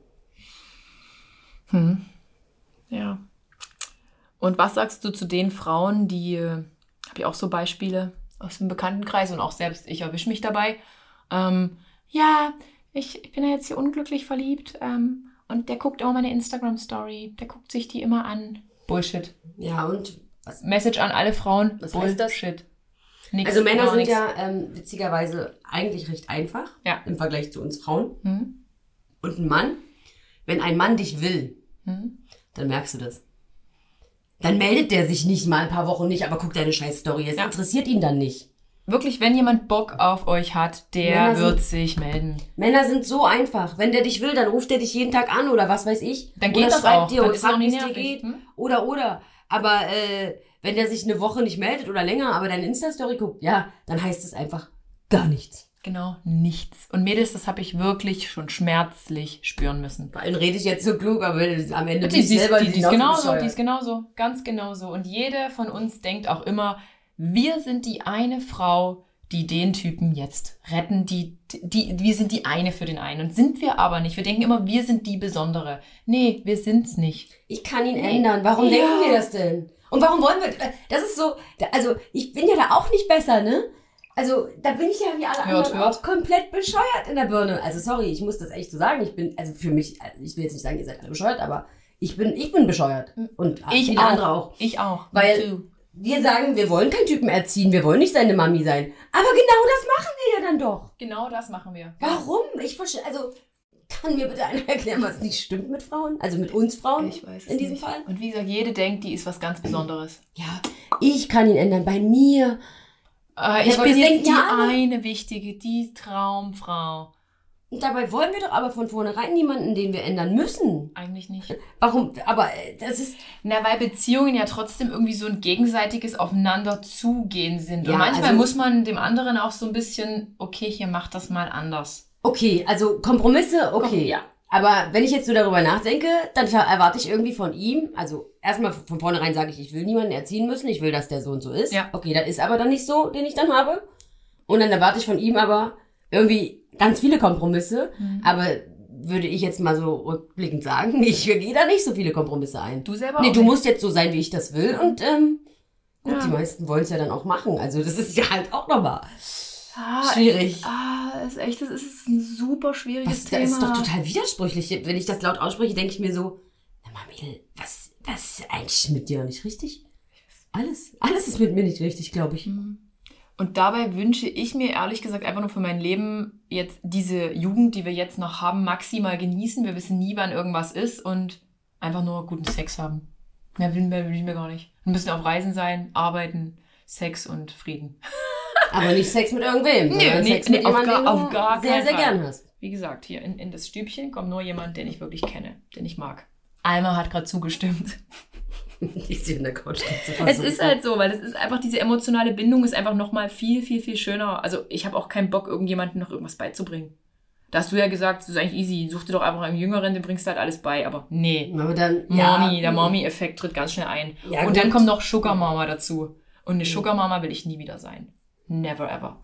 Hm. Ja. Und was sagst du zu den Frauen, die, äh, habe ich auch so Beispiele aus dem Bekanntenkreis und auch selbst ich erwische mich dabei, ähm, ja, ich, ich bin ja jetzt hier unglücklich verliebt ähm, und der guckt immer meine Instagram-Story, der guckt sich die immer an. Bullshit. Ja, und? Was? Message an alle Frauen, was Bullshit. heißt das? Shit. Nix, also Männer sind nix. ja ähm, witzigerweise eigentlich recht einfach ja. im Vergleich zu uns Frauen. Mhm. Und ein Mann, wenn ein Mann dich will, mhm. dann merkst du das. Dann meldet der sich nicht mal ein paar Wochen nicht, aber guckt deine scheiß Story. Es ja. interessiert ihn dann nicht. Wirklich, wenn jemand Bock auf euch hat, der Männer wird sind, sich melden. Männer sind so einfach. Wenn der dich will, dann ruft der dich jeden Tag an oder was weiß ich. Dann geht oder das schreibt auch. dir dann und fragt, wie es dir geht. Hm? Oder, oder. Aber äh, wenn der sich eine Woche nicht meldet oder länger, aber deine Insta-Story guckt, ja, dann heißt es einfach gar nichts. Genau, nichts. Und Mädels, das habe ich wirklich schon schmerzlich spüren müssen. Bei ihnen rede ich jetzt so klug, aber am Ende die, bin ich die, selber die, die ist genauso, die ist genauso, ganz genauso. Und jede von uns denkt auch immer, wir sind die eine Frau, die den Typen jetzt retten, die, die, wir sind die eine für den einen. Und sind wir aber nicht. Wir denken immer, wir sind die Besondere. Nee, wir sind's nicht. Ich kann ihn ändern. Warum Ja. denken wir das denn? Und warum wollen wir, das ist so, also ich bin ja da auch nicht besser, ne? Also da bin ich ja wie alle Hört, anderen hört. auch komplett bescheuert in der Birne. Also sorry, ich muss das echt so sagen. Ich bin, also für mich, also ich will jetzt nicht sagen, ihr seid alle bescheuert, aber ich bin, ich bin bescheuert. Und Ich viele auch. andere auch. Ich auch. Weil- Me too. Wir sagen, wir wollen keinen Typen erziehen, wir wollen nicht seine Mami sein. Aber genau das machen wir ja dann doch. Genau das machen wir. Warum? Ich verstehe, also kann mir bitte einer erklären, was nicht stimmt mit Frauen? Also mit uns Frauen Ich weiß es in diesem nicht. Fall? Und wie gesagt, jede denkt, die ist was ganz Besonderes. Ja, ich kann ihn ändern. Bei mir. Äh, Ja, ich aber bin das jetzt denken die ja alle. eine wichtige, die Traumfrau. Und dabei wollen wir doch aber von vornherein niemanden, den wir ändern müssen. Eigentlich nicht. Warum? Aber äh, das ist. Na, weil Beziehungen ja trotzdem irgendwie so ein gegenseitiges Aufeinander zugehen sind. Und Ja, manchmal also- muss man dem anderen auch so ein bisschen, okay, hier mach das mal anders. Okay, also Kompromisse, okay. Ja. Aber wenn ich jetzt so darüber nachdenke, dann ver- erwarte ich irgendwie von ihm, also erstmal von vornherein sage ich, ich will niemanden erziehen müssen, ich will, dass der so und so ist. Ja. Okay, das ist aber dann nicht so, den ich dann habe. Und dann erwarte ich von ihm aber irgendwie ganz viele Kompromisse. Mhm. Aber würde ich jetzt mal so rückblickend sagen, ich gehe da nicht so viele Kompromisse ein. Du selber Nee, auch du nicht. musst jetzt so sein, wie ich das will. Und ähm, gut, Ja. die meisten wollen es ja dann auch machen. Also das ist ja halt auch nochmal Ah, schwierig. Ah, ist echt, das ist ein super schwieriges Was, Thema. das ist doch total widersprüchlich. Wenn ich das laut ausspreche, denke ich mir so, na Mädel, was, was ist eigentlich mit dir nicht richtig? Alles, alles ist mit mir nicht richtig, glaube ich. Und dabei wünsche ich mir ehrlich gesagt einfach nur für mein Leben jetzt diese Jugend, die wir jetzt noch haben, maximal genießen. Wir wissen nie, wann irgendwas ist und einfach nur guten Sex haben. Mehr will, mehr will ich mir gar nicht. Wir müssen auf Reisen sein, arbeiten, Sex und Frieden. Aber nicht Sex mit irgendwem, Nee, sondern nee, Sex nee, mit auf jemandem, gar- den auf du gar sehr, keinen sehr Fall. gern hast. Wie gesagt, hier in, in das Stübchen kommt nur jemand, den ich wirklich kenne, den ich mag. Alma hat gerade zugestimmt. Die ist hier in der Couch. Es ist halt so, weil es ist einfach, diese emotionale Bindung ist einfach nochmal viel, viel, viel schöner. Also ich habe auch keinen Bock, irgendjemandem noch irgendwas beizubringen. Da hast du ja gesagt, das ist eigentlich easy, such dir doch einfach einen Jüngeren, dem bringst du halt alles bei. Aber nee, Aber dann, Mommy, ja, der Mommy-Effekt tritt ganz schnell ein. Ja, und dann gut. kommt noch Sugar Mama dazu. Und eine Sugar Mama will ich nie wieder sein. Never ever.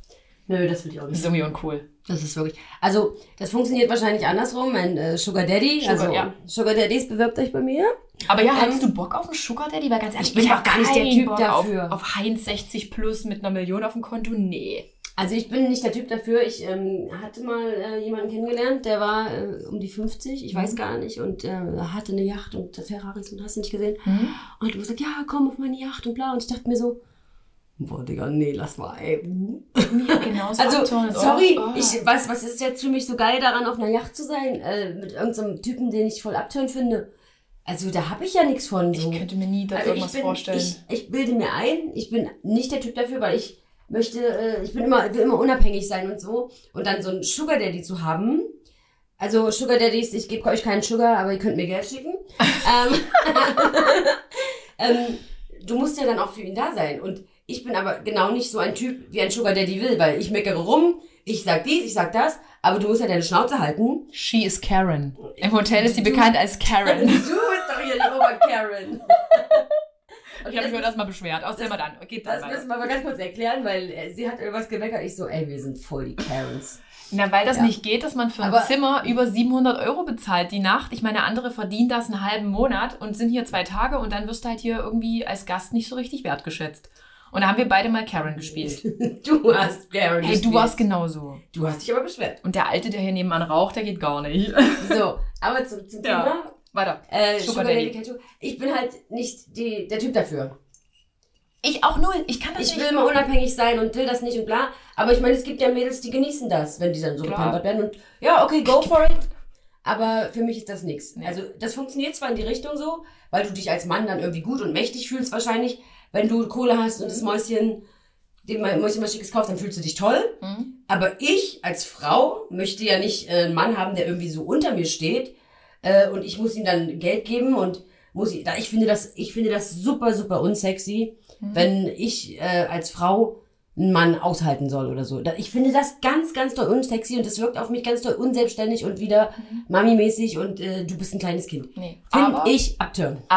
Nö, das will ich auch Das nicht. ist irgendwie uncool. Das ist wirklich. Also, das funktioniert wahrscheinlich andersrum. Ein äh, Sugar Daddy. Sugar, also, ja. Sugar Daddies bewirbt euch bei mir. Aber ja, Ähm, hast du Bock auf einen Sugar Daddy? Weil ganz ehrlich, ich bin hab doch gar nicht der keinen Typ Bock dafür. Auf, auf Heinz sechzig plus mit einer Million auf dem Konto? Nee. Also ich bin nicht der Typ dafür. Ich ähm, hatte mal äh, jemanden kennengelernt, der war äh, um die fünfzig, ich Mhm. weiß gar nicht, und äh, hatte eine Yacht und Ferraris und hast du nicht gesehen. Hm? Und du gesagt, ja, komm auf meine Yacht und bla. Und ich dachte mir so, boah, Digga, nee, lass mal, ey. Ja, genau so Also, abturnt. Oh, sorry, oh. ich, was, was ist jetzt für mich so geil daran, auf einer Yacht zu sein, äh, mit irgendeinem Typen, den ich voll abtören finde? Also da habe ich ja nichts von. So. Ich könnte mir nie da Also irgendwas ich bin, vorstellen. Ich, ich bilde mir ein, ich bin nicht der Typ dafür, weil ich möchte, äh, ich bin immer, will immer unabhängig sein und so. Und dann so einen Sugar Daddy zu haben. Also Sugar Daddies, ich gebe euch keinen Sugar, aber ihr könnt mir Geld schicken. ähm, ähm, du musst ja dann auch für ihn da sein. Und ich bin aber genau nicht so ein Typ, wie ein Sugar Daddy will, weil ich meckere rum, ich sag dies, ich sag das, aber du musst ja deine Schnauze halten. She is Karen. Im Hotel ist sie Du- bekannt als Karen. Du bist doch hier die Ober-Karen. Ich habe mich heute erstmal beschwert. Außerdem mal dann. Geht dann Das müssen weiter. wir mal ganz kurz erklären, weil äh, sie hat irgendwas gemeckert. Ich so, ey, wir sind voll die Karens. Na, weil das Ja. nicht geht, dass man für ein Aber- Zimmer über siebenhundert Euro bezahlt die Nacht. Ich meine, andere verdienen das einen halben Monat und sind hier zwei Tage und dann wirst du halt hier irgendwie als Gast nicht so richtig wertgeschätzt. Und da haben wir beide mal Karen gespielt. Du hast Karen Hey, gespielt. du warst genauso. Du hast dich aber beschwert. Und der Alte, der hier nebenan raucht, der geht gar nicht. So, aber zum, zum Ja. Thema. Weiter. Äh, Sugar Sugar Daddy. Daddy, kein Sugar- Ich bin halt nicht die, der Typ dafür. Ich auch null. Ich kann das Ich nicht. will mal unabhängig sein und will das nicht und bla. Aber ich meine, es gibt ja Mädels, die genießen das, wenn die dann so Klar. gepampert werden. Und ja, okay, go for it. Aber für mich ist das nichts. Nee. Also das funktioniert zwar in die Richtung so, weil du dich als Mann dann irgendwie gut und mächtig fühlst wahrscheinlich. Wenn du Kohle hast und das Mäuschen, dem Mäuschen mal Schickes kauft, dann fühlst du dich toll. Hm? Aber ich als Frau möchte ja nicht äh, einen Mann haben, der irgendwie so unter mir steht. Äh, und ich muss ihm dann Geld geben und muss ich, da ich finde das, ich finde das super, super unsexy, Mhm. wenn ich äh, als Frau einen Mann aushalten soll oder so. Da, ich finde das ganz, ganz doll unsexy und das wirkt auf mich ganz doll unselbstständig und wieder Mami-mäßig und äh, du bist ein kleines Kind. Nee. Finde Aber, ich abturn. aber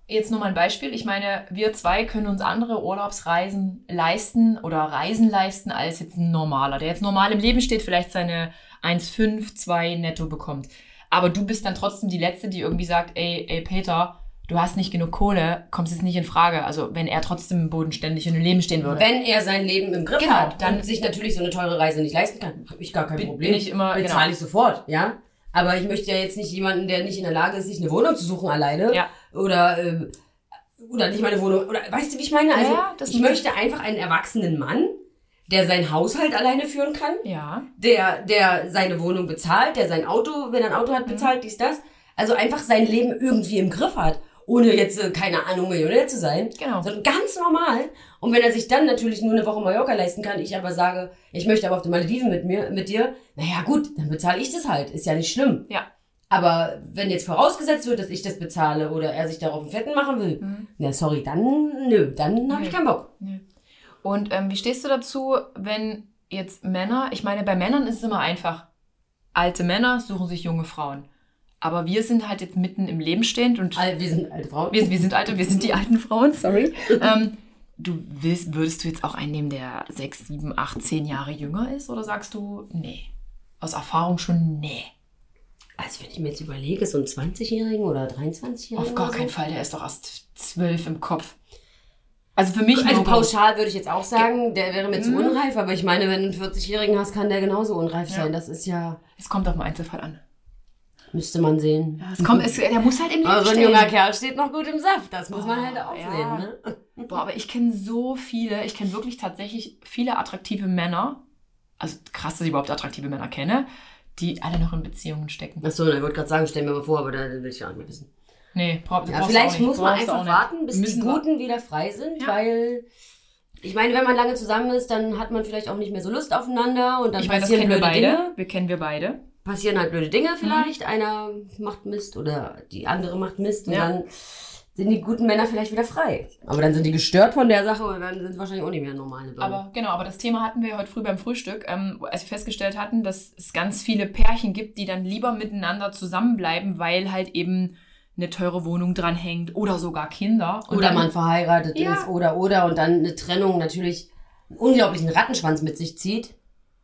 jetzt nur mal ein Beispiel. Ich meine, wir zwei können uns andere Urlaubsreisen leisten oder Reisen leisten als jetzt ein Normaler, der jetzt normal im Leben steht, vielleicht seine eins Komma fünf, zwei netto bekommt. Aber du bist dann trotzdem die Letzte, die irgendwie sagt, ey, ey Peter, du hast nicht genug Kohle, kommst jetzt nicht in Frage. Also wenn er trotzdem bodenständig in dem Leben stehen würde. Wenn er sein Leben im Griff genau, hat dann und sich natürlich so eine teure Reise nicht leisten kann, habe ich gar kein bin, Problem. Bin ich immer, bezahle genau. ich sofort, ja. Aber ich möchte ja jetzt nicht jemanden, der nicht in der Lage ist, sich eine Wohnung zu suchen alleine. Ja. Oder, äh, oder nicht mal eine Wohnung. Oder weißt du, wie ich meine? Also Ja, das ich möchte einfach einen erwachsenen Mann, der seinen Haushalt alleine führen kann. Ja. Der, der seine Wohnung bezahlt, der sein Auto, wenn er ein Auto hat, bezahlt, mhm. dies, das. Also einfach sein Leben irgendwie im Griff hat. Ohne jetzt, äh, keine Ahnung, Millionär zu sein. Genau. Sondern ganz normal. Und wenn er sich dann natürlich nur eine Woche Mallorca leisten kann, ich aber sage, ich möchte aber auf die Malediven mit mir, mit dir, naja gut, dann bezahle ich das halt. Ist ja nicht schlimm. Ja. Aber wenn jetzt vorausgesetzt wird, dass ich das bezahle oder er sich darauf einen Fetten machen will, mhm. na sorry, dann nö, dann habe ich keinen Bock. Nö. Und ähm, wie stehst du dazu, wenn jetzt Männer, ich meine, bei Männern ist es immer einfach, alte Männer suchen sich junge Frauen. Aber wir sind halt jetzt mitten im Leben stehend und Al- wir sind alte Frauen. Wir, wir sind alte, wir sind die alten Frauen, sorry. ähm, du willst, würdest du jetzt auch einen nehmen, der sechs, sieben, acht, zehn Jahre jünger ist? Oder sagst du, nee, aus Erfahrung schon, nee? Also wenn ich mir jetzt überlege, so einen zwanzigjährigen oder dreiundzwanzigjährigen. Auf gar so. keinen Fall, der ist doch erst zwölf im Kopf. Also für mich Also no pauschal würde ich jetzt auch sagen, der wäre mir zu unreif. Aber ich meine, wenn du einen vierzigjährigen hast, kann der genauso unreif ja. sein. Das ist ja... Es kommt auf den Einzelfall an. Müsste man sehen. Ja, es kommt, es, der muss halt im Leben aber so ein stehen. junger Kerl steht noch gut im Saft. Das muss Boah, man halt auch ja. sehen. Ne? Boah, aber ich kenne so viele, ich kenne wirklich tatsächlich viele attraktive Männer. Also krass, dass ich überhaupt attraktive Männer kenne, die alle noch in Beziehungen stecken. Achso, ich wollte gerade sagen, stell mir mal vor, aber da will ich ja nicht mehr wissen. Nee, brauch, ja, vielleicht muss man einfach warten, bis Müssen die Guten wieder frei sind, ja. weil... Ich meine, wenn man lange zusammen ist, dann hat man vielleicht auch nicht mehr so Lust aufeinander und dann ich meine, das passieren kennen wir blöde beide. Dinge. Wir kennen wir beide. Passieren halt blöde Dinge vielleicht. Mhm. Einer macht Mist oder die andere macht Mist und ja. dann sind die guten Männer vielleicht wieder frei. Aber dann sind die gestört von der Sache und dann sind sie wahrscheinlich auch nicht mehr normale Bürger. Aber genau, aber das Thema hatten wir heute früh beim Frühstück, ähm, als wir festgestellt hatten, dass es ganz viele Pärchen gibt, die dann lieber miteinander zusammenbleiben, weil halt eben eine teure Wohnung dranhängt oder sogar Kinder. Und oder dann, man verheiratet ja. ist oder oder und dann eine Trennung natürlich einen unglaublichen Rattenschwanz mit sich zieht.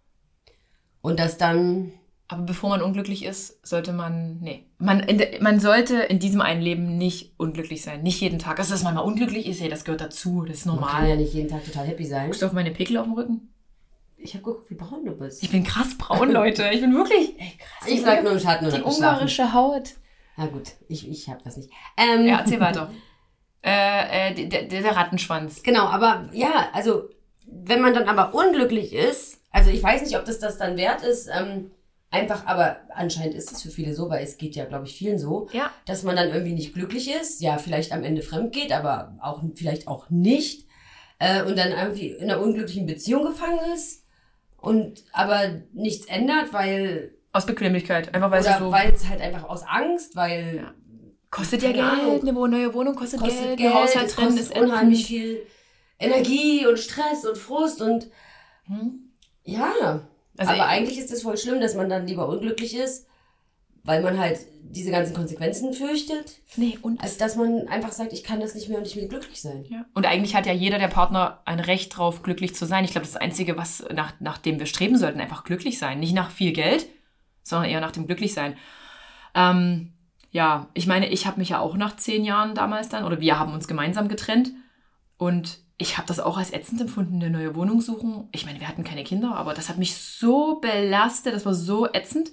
Und das dann... Aber bevor man unglücklich ist, sollte man... Nee. Man, in de, man sollte in diesem einen Leben nicht unglücklich sein. Nicht jeden Tag. Also, dass man mal unglücklich ist, hey, das gehört dazu. Das ist normal. Man kann ja nicht jeden Tag total happy sein. Guckst du auf meine Pickel auf dem Rücken? Ich habe geguckt, wie braun du bist. Ich bin krass braun, Leute. Ich bin wirklich... Ey, krass. Ich sag nur im Schatten und die ungarische Haut. Na gut, ich, ich hab das nicht. Ähm, ja, erzähl weiter. äh, äh, der, der Rattenschwanz. Genau, aber ja, also wenn man dann aber unglücklich ist, also ich weiß nicht, ob das das dann wert ist, ähm, einfach, aber anscheinend ist es für viele so, weil es geht ja, glaube ich, vielen so, ja. dass man dann irgendwie nicht glücklich ist, ja, vielleicht am Ende fremd geht, aber auch vielleicht auch nicht äh, und dann irgendwie in einer unglücklichen Beziehung gefangen ist und aber nichts ändert, weil... Aus Bequemlichkeit, einfach weil Oder es so... weil es halt einfach aus Angst, weil... Ja. Kostet ja Geld, Ahnung. Eine neue Wohnung kostet, kostet Geld, Geld, ein Haushalt drin ist unheimlich viel Energie und Stress und Frust und hm. ja, also aber eigentlich ist es voll schlimm, dass man dann lieber unglücklich ist, weil man halt diese ganzen Konsequenzen fürchtet, nee, und als dass man einfach sagt, ich kann das nicht mehr und ich will glücklich sein. Ja. Und eigentlich hat ja jeder der Partner ein Recht drauf, glücklich zu sein. Ich glaube, das ist das Einzige, was nach, nach dem wir streben sollten, einfach glücklich sein. Nicht nach viel Geld, sondern eher nach dem Glücklichsein. Ähm, ja, ich meine, ich habe mich ja auch nach zehn Jahren damals dann, oder wir haben uns gemeinsam getrennt und ich habe das auch als ätzend empfunden, eine neue Wohnung suchen. Ich meine, wir hatten keine Kinder, aber das hat mich so belastet, das war so ätzend.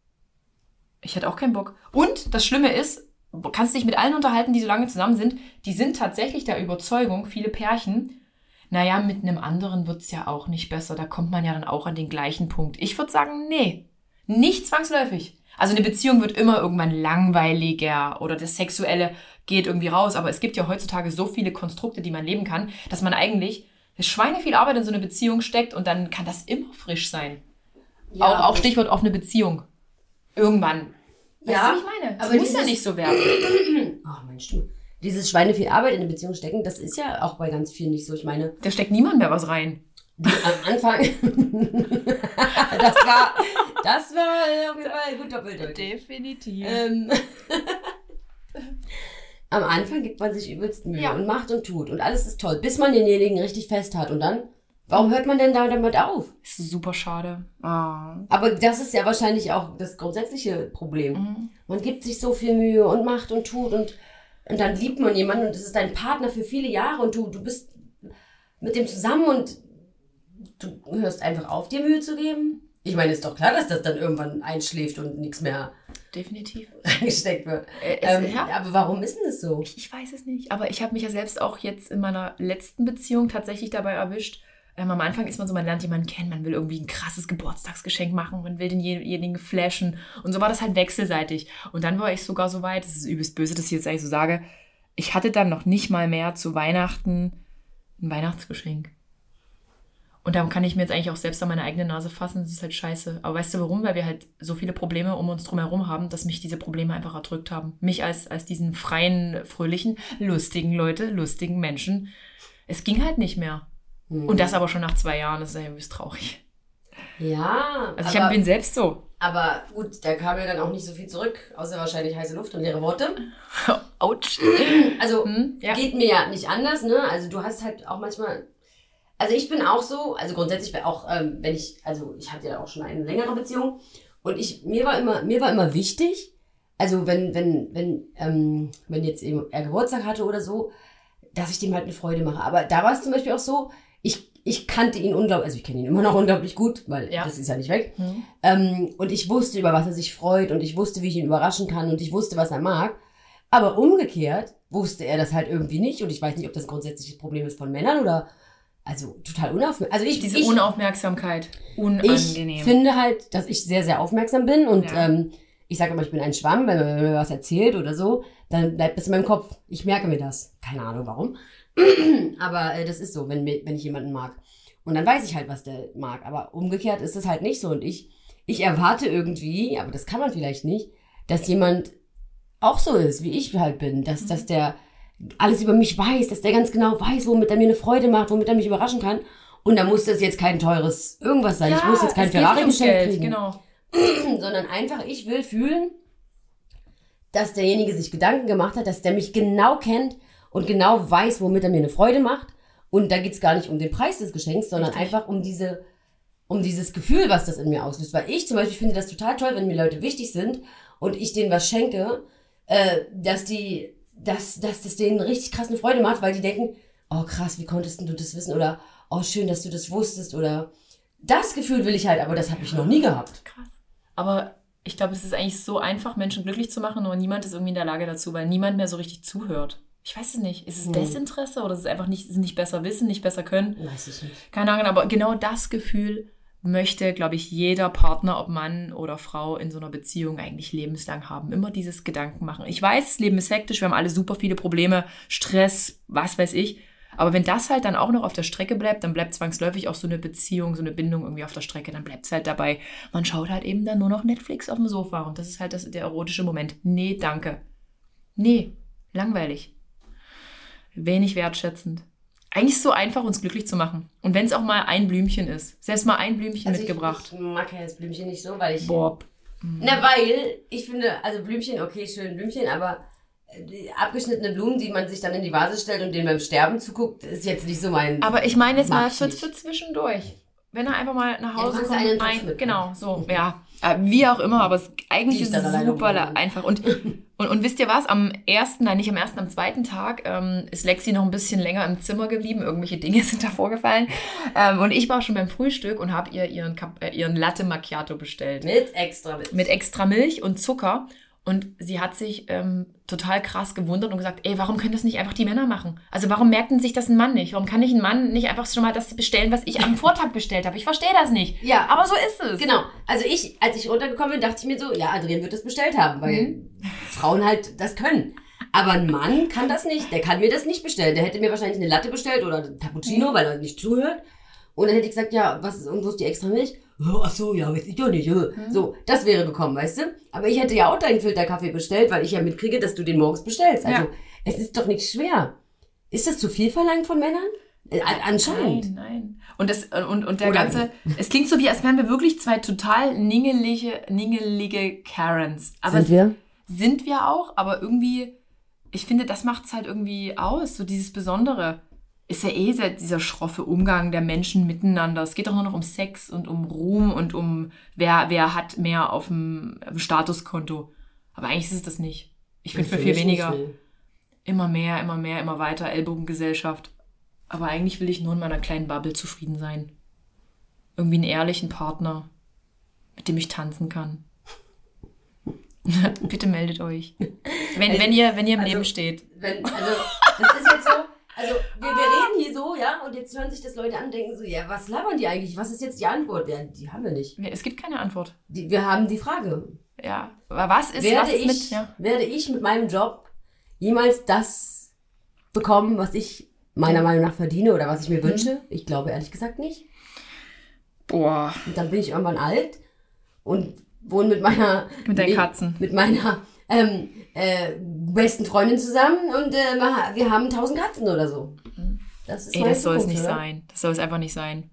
Ich hatte auch keinen Bock. Und das Schlimme ist, du kannst dich mit allen unterhalten, die so lange zusammen sind, die sind tatsächlich der Überzeugung, viele Pärchen, naja, mit einem anderen wird's ja auch nicht besser, da kommt man ja dann auch an den gleichen Punkt. Ich würde sagen, nee, nicht zwangsläufig. Also eine Beziehung wird immer irgendwann langweiliger oder das Sexuelle geht irgendwie raus. Aber es gibt ja heutzutage so viele Konstrukte, die man leben kann, dass man eigentlich Schweine viel Arbeit in so eine Beziehung steckt und dann kann das immer frisch sein. Ja, auch, auch Stichwort offene Beziehung. Irgendwann. Weißt ja, du, was ich meine? Das aber muss dieses, ja nicht so werden. Oh, meine Stimme. Dieses Schweine viel Arbeit in eine Beziehung stecken, das ist ja auch bei ganz vielen nicht so. Ich meine... Da steckt niemand mehr was rein. Die, am Anfang... das war... Das war auf jeden Fall gut doppelt. Definitiv. Ähm, am Anfang gibt man sich übelst Mühe Ja. und macht und tut und alles ist toll, bis man denjenigen richtig fest hat und dann, warum hört man denn da damit auf? Das ist super schade. Oh. Aber das ist ja wahrscheinlich auch das grundsätzliche Problem. Mhm. Man gibt sich so viel Mühe und macht und tut und, und dann liebt man jemanden und das ist dein Partner für viele Jahre und du, du bist mit dem zusammen und du hörst einfach auf, dir Mühe zu geben. Ich meine, ist doch klar, dass das dann irgendwann einschläft und nichts mehr Definitiv. reingesteckt wird. Äh, es, Ähm, ja. Aber warum ist denn das so? Ich, ich weiß es nicht. Aber ich habe mich ja selbst auch jetzt in meiner letzten Beziehung tatsächlich dabei erwischt. Ähm, am Anfang ist man so, man lernt jemanden kennen, man will irgendwie ein krasses Geburtstagsgeschenk machen, man will denjenigen flashen. Und so war das halt wechselseitig. Und dann war ich sogar so weit, das ist übelst böse, dass ich jetzt eigentlich so sage, ich hatte dann noch nicht mal mehr zu Weihnachten ein Weihnachtsgeschenk. Und da kann ich mir jetzt eigentlich auch selbst an meine eigene Nase fassen, das ist halt scheiße. Aber weißt du warum? Weil wir halt so viele Probleme um uns drum herum haben, dass mich diese Probleme einfach erdrückt haben. Mich als, als diesen freien, fröhlichen, lustigen Leute, lustigen Menschen. Es ging halt nicht mehr. Hm. Und das aber schon nach zwei Jahren, das ist ja übelst traurig. Ja, Also ich aber, hab, bin selbst so. aber gut, da kam ja dann auch nicht so viel zurück, außer wahrscheinlich heiße Luft und leere Worte. Autsch. Also Hm, ja. geht mir ja nicht anders, ne? Also du hast halt auch manchmal... Also ich bin auch so, also grundsätzlich auch, ähm, wenn ich, also ich hatte ja auch schon eine längere Beziehung und ich, mir war immer, mir war immer wichtig, also wenn, wenn, wenn, ähm, wenn jetzt eben er Geburtstag hatte oder so, dass ich dem halt eine Freude mache. Aber da war es zum Beispiel auch so, ich, ich kannte ihn unglaublich, also ich kenne ihn immer noch unglaublich gut, weil Ja. das ist ja nicht weg. Hm. Ähm, und ich wusste, über was er sich freut und ich wusste, wie ich ihn überraschen kann und ich wusste, was er mag. Aber umgekehrt wusste er das halt irgendwie nicht und ich weiß nicht, ob das ein grundsätzliches Problem ist von Männern oder also total unaufmerksam. Also ich, Diese ich, Unaufmerksamkeit. Unangenehm. ich finde halt, dass ich sehr, sehr aufmerksam bin und Ja. ähm, ich sage immer, ich bin ein Schwamm, wenn man mir was erzählt oder so, dann bleibt das in meinem Kopf. Ich merke mir das. Keine Ahnung warum. Aber äh, das ist so, wenn, mir- wenn ich jemanden mag. Und dann weiß ich halt, was der mag. Aber umgekehrt ist es halt nicht so. Und ich, ich erwarte irgendwie, aber das kann man vielleicht nicht, dass jemand auch so ist, wie ich halt bin. Dass, Mhm. dass der alles über mich weiß, dass der ganz genau weiß, womit er mir eine Freude macht, womit er mich überraschen kann. Und da muss das jetzt kein teures irgendwas sein. ich muss jetzt kein es geht nicht ums Ferrari-Geschenk Geld, kriegen. Genau. Sondern einfach, ich will fühlen, dass derjenige sich Gedanken gemacht hat, dass der mich genau kennt und genau weiß, womit er mir eine Freude macht. Und da geht's gar nicht um den Preis des Geschenks, sondern Richtig. einfach um diese, um dieses Gefühl, was das in mir auslöst. Weil ich zum Beispiel finde das total toll, wenn mir Leute wichtig sind und ich denen was schenke, äh, dass die, dass, dass das denen richtig krass eine Freude macht, weil die denken, oh krass, wie konntest du das wissen? Oder oh schön, dass du das wusstest. Oder das Gefühl will ich halt, aber das habe ich noch nie gehabt. Krass. Aber ich glaube, es ist eigentlich so einfach, Menschen glücklich zu machen, nur niemand ist irgendwie in der Lage dazu, weil niemand mehr so richtig zuhört. Ich weiß es nicht. Ist es Hm. Desinteresse oder ist es einfach nicht, ist es nicht besser wissen, nicht besser können? Weiß ich nicht. Keine Ahnung, aber genau das Gefühl möchte, glaube ich, jeder Partner, ob Mann oder Frau in so einer Beziehung eigentlich lebenslang haben. Immer dieses Gedanken machen. Ich weiß, das Leben ist hektisch, wir haben alle super viele Probleme, Stress, was weiß ich. Aber wenn das halt dann auch noch auf der Strecke bleibt, dann bleibt zwangsläufig auch so eine Beziehung, so eine Bindung irgendwie auf der Strecke. Dann bleibt es halt dabei. Man schaut halt eben dann nur noch Netflix auf dem Sofa und das ist halt das, der erotische Moment. Nee, danke. Nee, langweilig. Wenig wertschätzend. Eigentlich so einfach, uns glücklich zu machen. Und wenn es auch mal ein Blümchen ist. Selbst mal ein Blümchen Also mitgebracht. Ich, ich mag ja das Blümchen nicht so, weil ich... Boah. Na, weil ich finde, also Blümchen, okay, schön Blümchen, aber die abgeschnittene Blumen, die man sich dann in die Vase stellt und denen beim Sterben zuguckt, ist jetzt nicht so mein... Aber ich meine jetzt Mag mal ich für, nicht. für zwischendurch. Wenn er einfach mal nach Ja, du Hause kannst kommt. einen Topf Ein, mitbringen. genau, so, ja. Äh, Wie auch immer, aber es, eigentlich Die ist ich dann es alleine super umgehe. einfach. Und, und, und wisst ihr was? Am ersten, nein, nicht am ersten, am zweiten Tag ähm, ist Lexi noch ein bisschen länger im Zimmer geblieben. Irgendwelche Dinge sind da vorgefallen. Ähm, und ich war schon beim Frühstück und habe ihr ihren, Kap- äh, ihren Latte Macchiato bestellt. Mit extra mit. Mit extra Milch und Zucker. Und sie hat sich ähm, total krass gewundert und gesagt, ey, warum können das nicht einfach die Männer machen? Also warum merkt denn sich das ein Mann nicht? Warum kann nicht ein Mann nicht einfach schon mal das bestellen, was ich am Vortag bestellt habe? Ich verstehe das nicht. Ja. Aber so ist es. Genau. Also ich, als ich runtergekommen bin, dachte ich mir so, ja, Adrian wird das bestellt haben, weil Frauen halt das können. Aber ein Mann kann das nicht. Der kann mir das nicht bestellen. Der hätte mir wahrscheinlich eine Latte bestellt oder ein Cappuccino, weil er nicht zuhört. Und dann hätte ich gesagt, ja, was ist, und wo ist die extra Milch? Oh, ach so, ja, weiß ich doch nicht. äh. So, das wäre gekommen, weißt du? Aber ich hätte ja auch deinen Filterkaffee bestellt, weil ich ja mitkriege, dass du den morgens bestellst. Also, Ja. es ist doch nicht schwer. Ist das zu viel verlangt von Männern? Äh, an- anscheinend. Nein, nein. Und, das, und, und der Oder- ganze, es klingt so wie, als wären wir wirklich zwei total ningelige, ningelige Karens. Aber Sind wir? sind wir auch, aber irgendwie ich finde, das macht es halt irgendwie aus, so dieses Besondere. Ist ja eh sehr, dieser schroffe Umgang der Menschen miteinander. Es geht doch nur noch um Sex und um Ruhm und um, wer, wer hat mehr auf dem, auf dem Statuskonto. Aber eigentlich ist es das nicht. Ich finde mir viel weniger. Nicht, nee. Immer mehr, immer mehr, immer weiter, Ellbogengesellschaft. Aber eigentlich will ich nur in meiner kleinen Bubble zufrieden sein. Irgendwie einen ehrlichen Partner, mit dem ich tanzen kann. Bitte meldet euch. Wenn, wenn, ihr, wenn ihr im also, Leben steht. Wenn, also, das ist jetzt so, also wir, wir reden hier so, ja, und jetzt hören sich das Leute an und denken so, ja, was labern die eigentlich? Was ist jetzt die Antwort? Ja, die haben wir nicht. Es gibt keine Antwort. Die, wir haben die Frage. Ja, aber was ist, werde was ist ich, mit... Ja. Werde ich mit meinem Job jemals das bekommen, was ich meiner ja. Meinung nach verdiene oder was ich mir mhm. wünsche? Ich glaube ehrlich gesagt nicht. Boah. Und dann bin ich irgendwann alt und wohne mit meiner... Mit deinen Katzen. Mit meiner ähm, äh, besten Freundin zusammen und äh, wir haben tausend Katzen oder so. Das ist Ey, das soll es nicht oder? sein. Das soll es einfach nicht sein.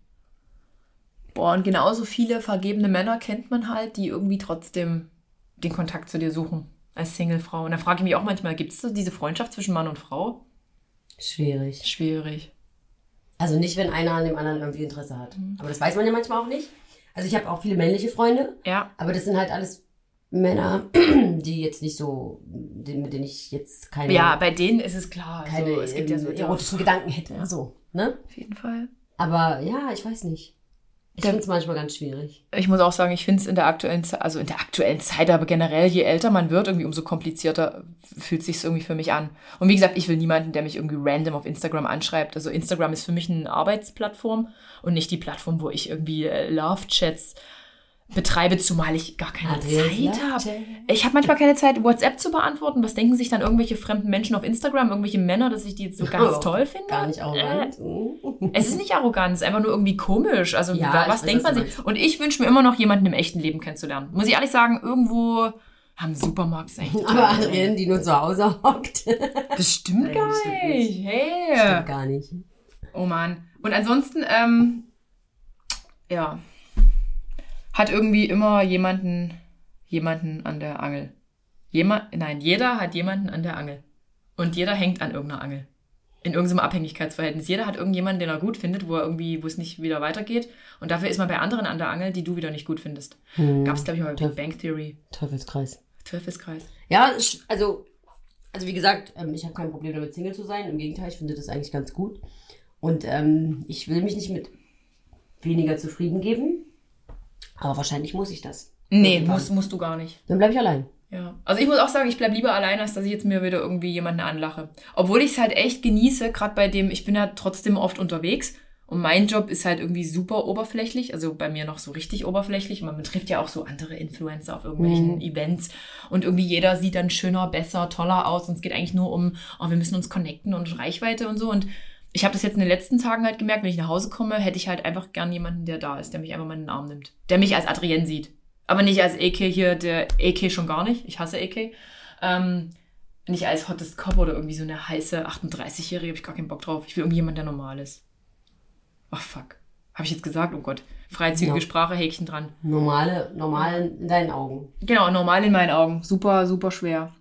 Boah, und genauso viele vergebene Männer kennt man halt, die irgendwie trotzdem den Kontakt zu dir suchen. Als Singlefrau. Und da frage ich mich auch manchmal, gibt es so diese Freundschaft zwischen Mann und Frau? Schwierig. Schwierig. Also nicht, wenn einer an dem anderen irgendwie Interesse hat. Mhm. Aber das weiß man ja manchmal auch nicht. Also ich habe auch viele männliche Freunde. Ja. Aber das sind halt alles Männer, die jetzt nicht so, mit denen ich jetzt keine... Ja, bei denen ist es klar. Keine also, es gibt ja so erotischen Gedanken hätte. Ja. So, ne? Auf jeden Fall. Aber ja, ich weiß nicht. Ich finde es manchmal ganz schwierig. Ich muss auch sagen, ich finde es in der aktuellen Zeit, also in der aktuellen Zeit, aber generell, je älter man wird, irgendwie umso komplizierter fühlt es sich irgendwie für mich an. Und wie gesagt, ich will niemanden, der mich irgendwie random auf Instagram anschreibt. Also Instagram ist für mich eine Arbeitsplattform und nicht die Plattform, wo ich irgendwie äh, Love-Chats betreibe, zumal ich gar keine ah, Zeit habe. Ich habe manchmal keine Zeit, WhatsApp zu beantworten. Was denken sich dann irgendwelche fremden Menschen auf Instagram, irgendwelche Männer, dass ich die jetzt so ganz oh, toll finde? Gar nicht arrogant. Äh, es ist nicht arrogant, es ist einfach nur irgendwie komisch. Also ja, was denkt man sich? Und ich wünsche mir immer noch, jemanden im echten Leben kennenzulernen. Muss ich ehrlich sagen, irgendwo am Supermarkt ist echt. Aber Adrienne, die nur zu Hause hockt. Das stimmt Nein, gar das stimmt nicht. nicht. Hey. Das stimmt gar nicht. Oh Mann. Und ansonsten, ähm, ja... hat irgendwie immer jemanden, jemanden an der Angel. Jemand, nein, jeder hat jemanden an der Angel. Und jeder hängt an irgendeiner Angel. In irgendeinem Abhängigkeitsverhältnis. Jeder hat irgendjemanden, den er gut findet, wo er irgendwie, wo es nicht wieder weitergeht. Und dafür ist man bei anderen an der Angel, die du wieder nicht gut findest. Hm. Gab es, glaube ich, mal bei Big Bang Theory. Teufelskreis. Teufelskreis. Ja, also, also wie gesagt, ich habe kein Problem damit, Single zu sein. Im Gegenteil, ich finde das eigentlich ganz gut. Und ähm, ich will mich nicht mit weniger zufrieden geben. Aber wahrscheinlich muss ich das. Nee, musst, musst du gar nicht. Dann bleibe ich allein. Ja. Also ich muss auch sagen, ich bleibe lieber allein, als dass ich jetzt mir wieder irgendwie jemanden anlache. Obwohl ich es halt echt genieße, gerade bei dem, ich bin ja trotzdem oft unterwegs und mein Job ist halt irgendwie super oberflächlich, also bei mir noch so richtig oberflächlich. Man trifft ja auch so andere Influencer auf irgendwelchen mhm. Events und irgendwie jeder sieht dann schöner, besser, toller aus und es geht eigentlich nur um, oh, wir müssen uns connecten und Reichweite und so und ich habe das jetzt in den letzten Tagen halt gemerkt, wenn ich nach Hause komme, hätte ich halt einfach gern jemanden, der da ist, der mich einfach mal in den Arm nimmt. Der mich als Adrienne sieht. Aber nicht als A K hier, der A K schon gar nicht. Ich hasse A K. Ähm, nicht als Hottest Cop oder irgendwie so eine heiße achtunddreißigjährige, habe ich gar keinen Bock drauf. Ich will irgendjemand, der normal ist. Ach, fuck. Habe ich jetzt gesagt? Oh Gott. Freizügige ja. Sprache, Häkchen dran. Normale, normal in deinen Augen. Genau, normal in meinen Augen. Super, super schwer.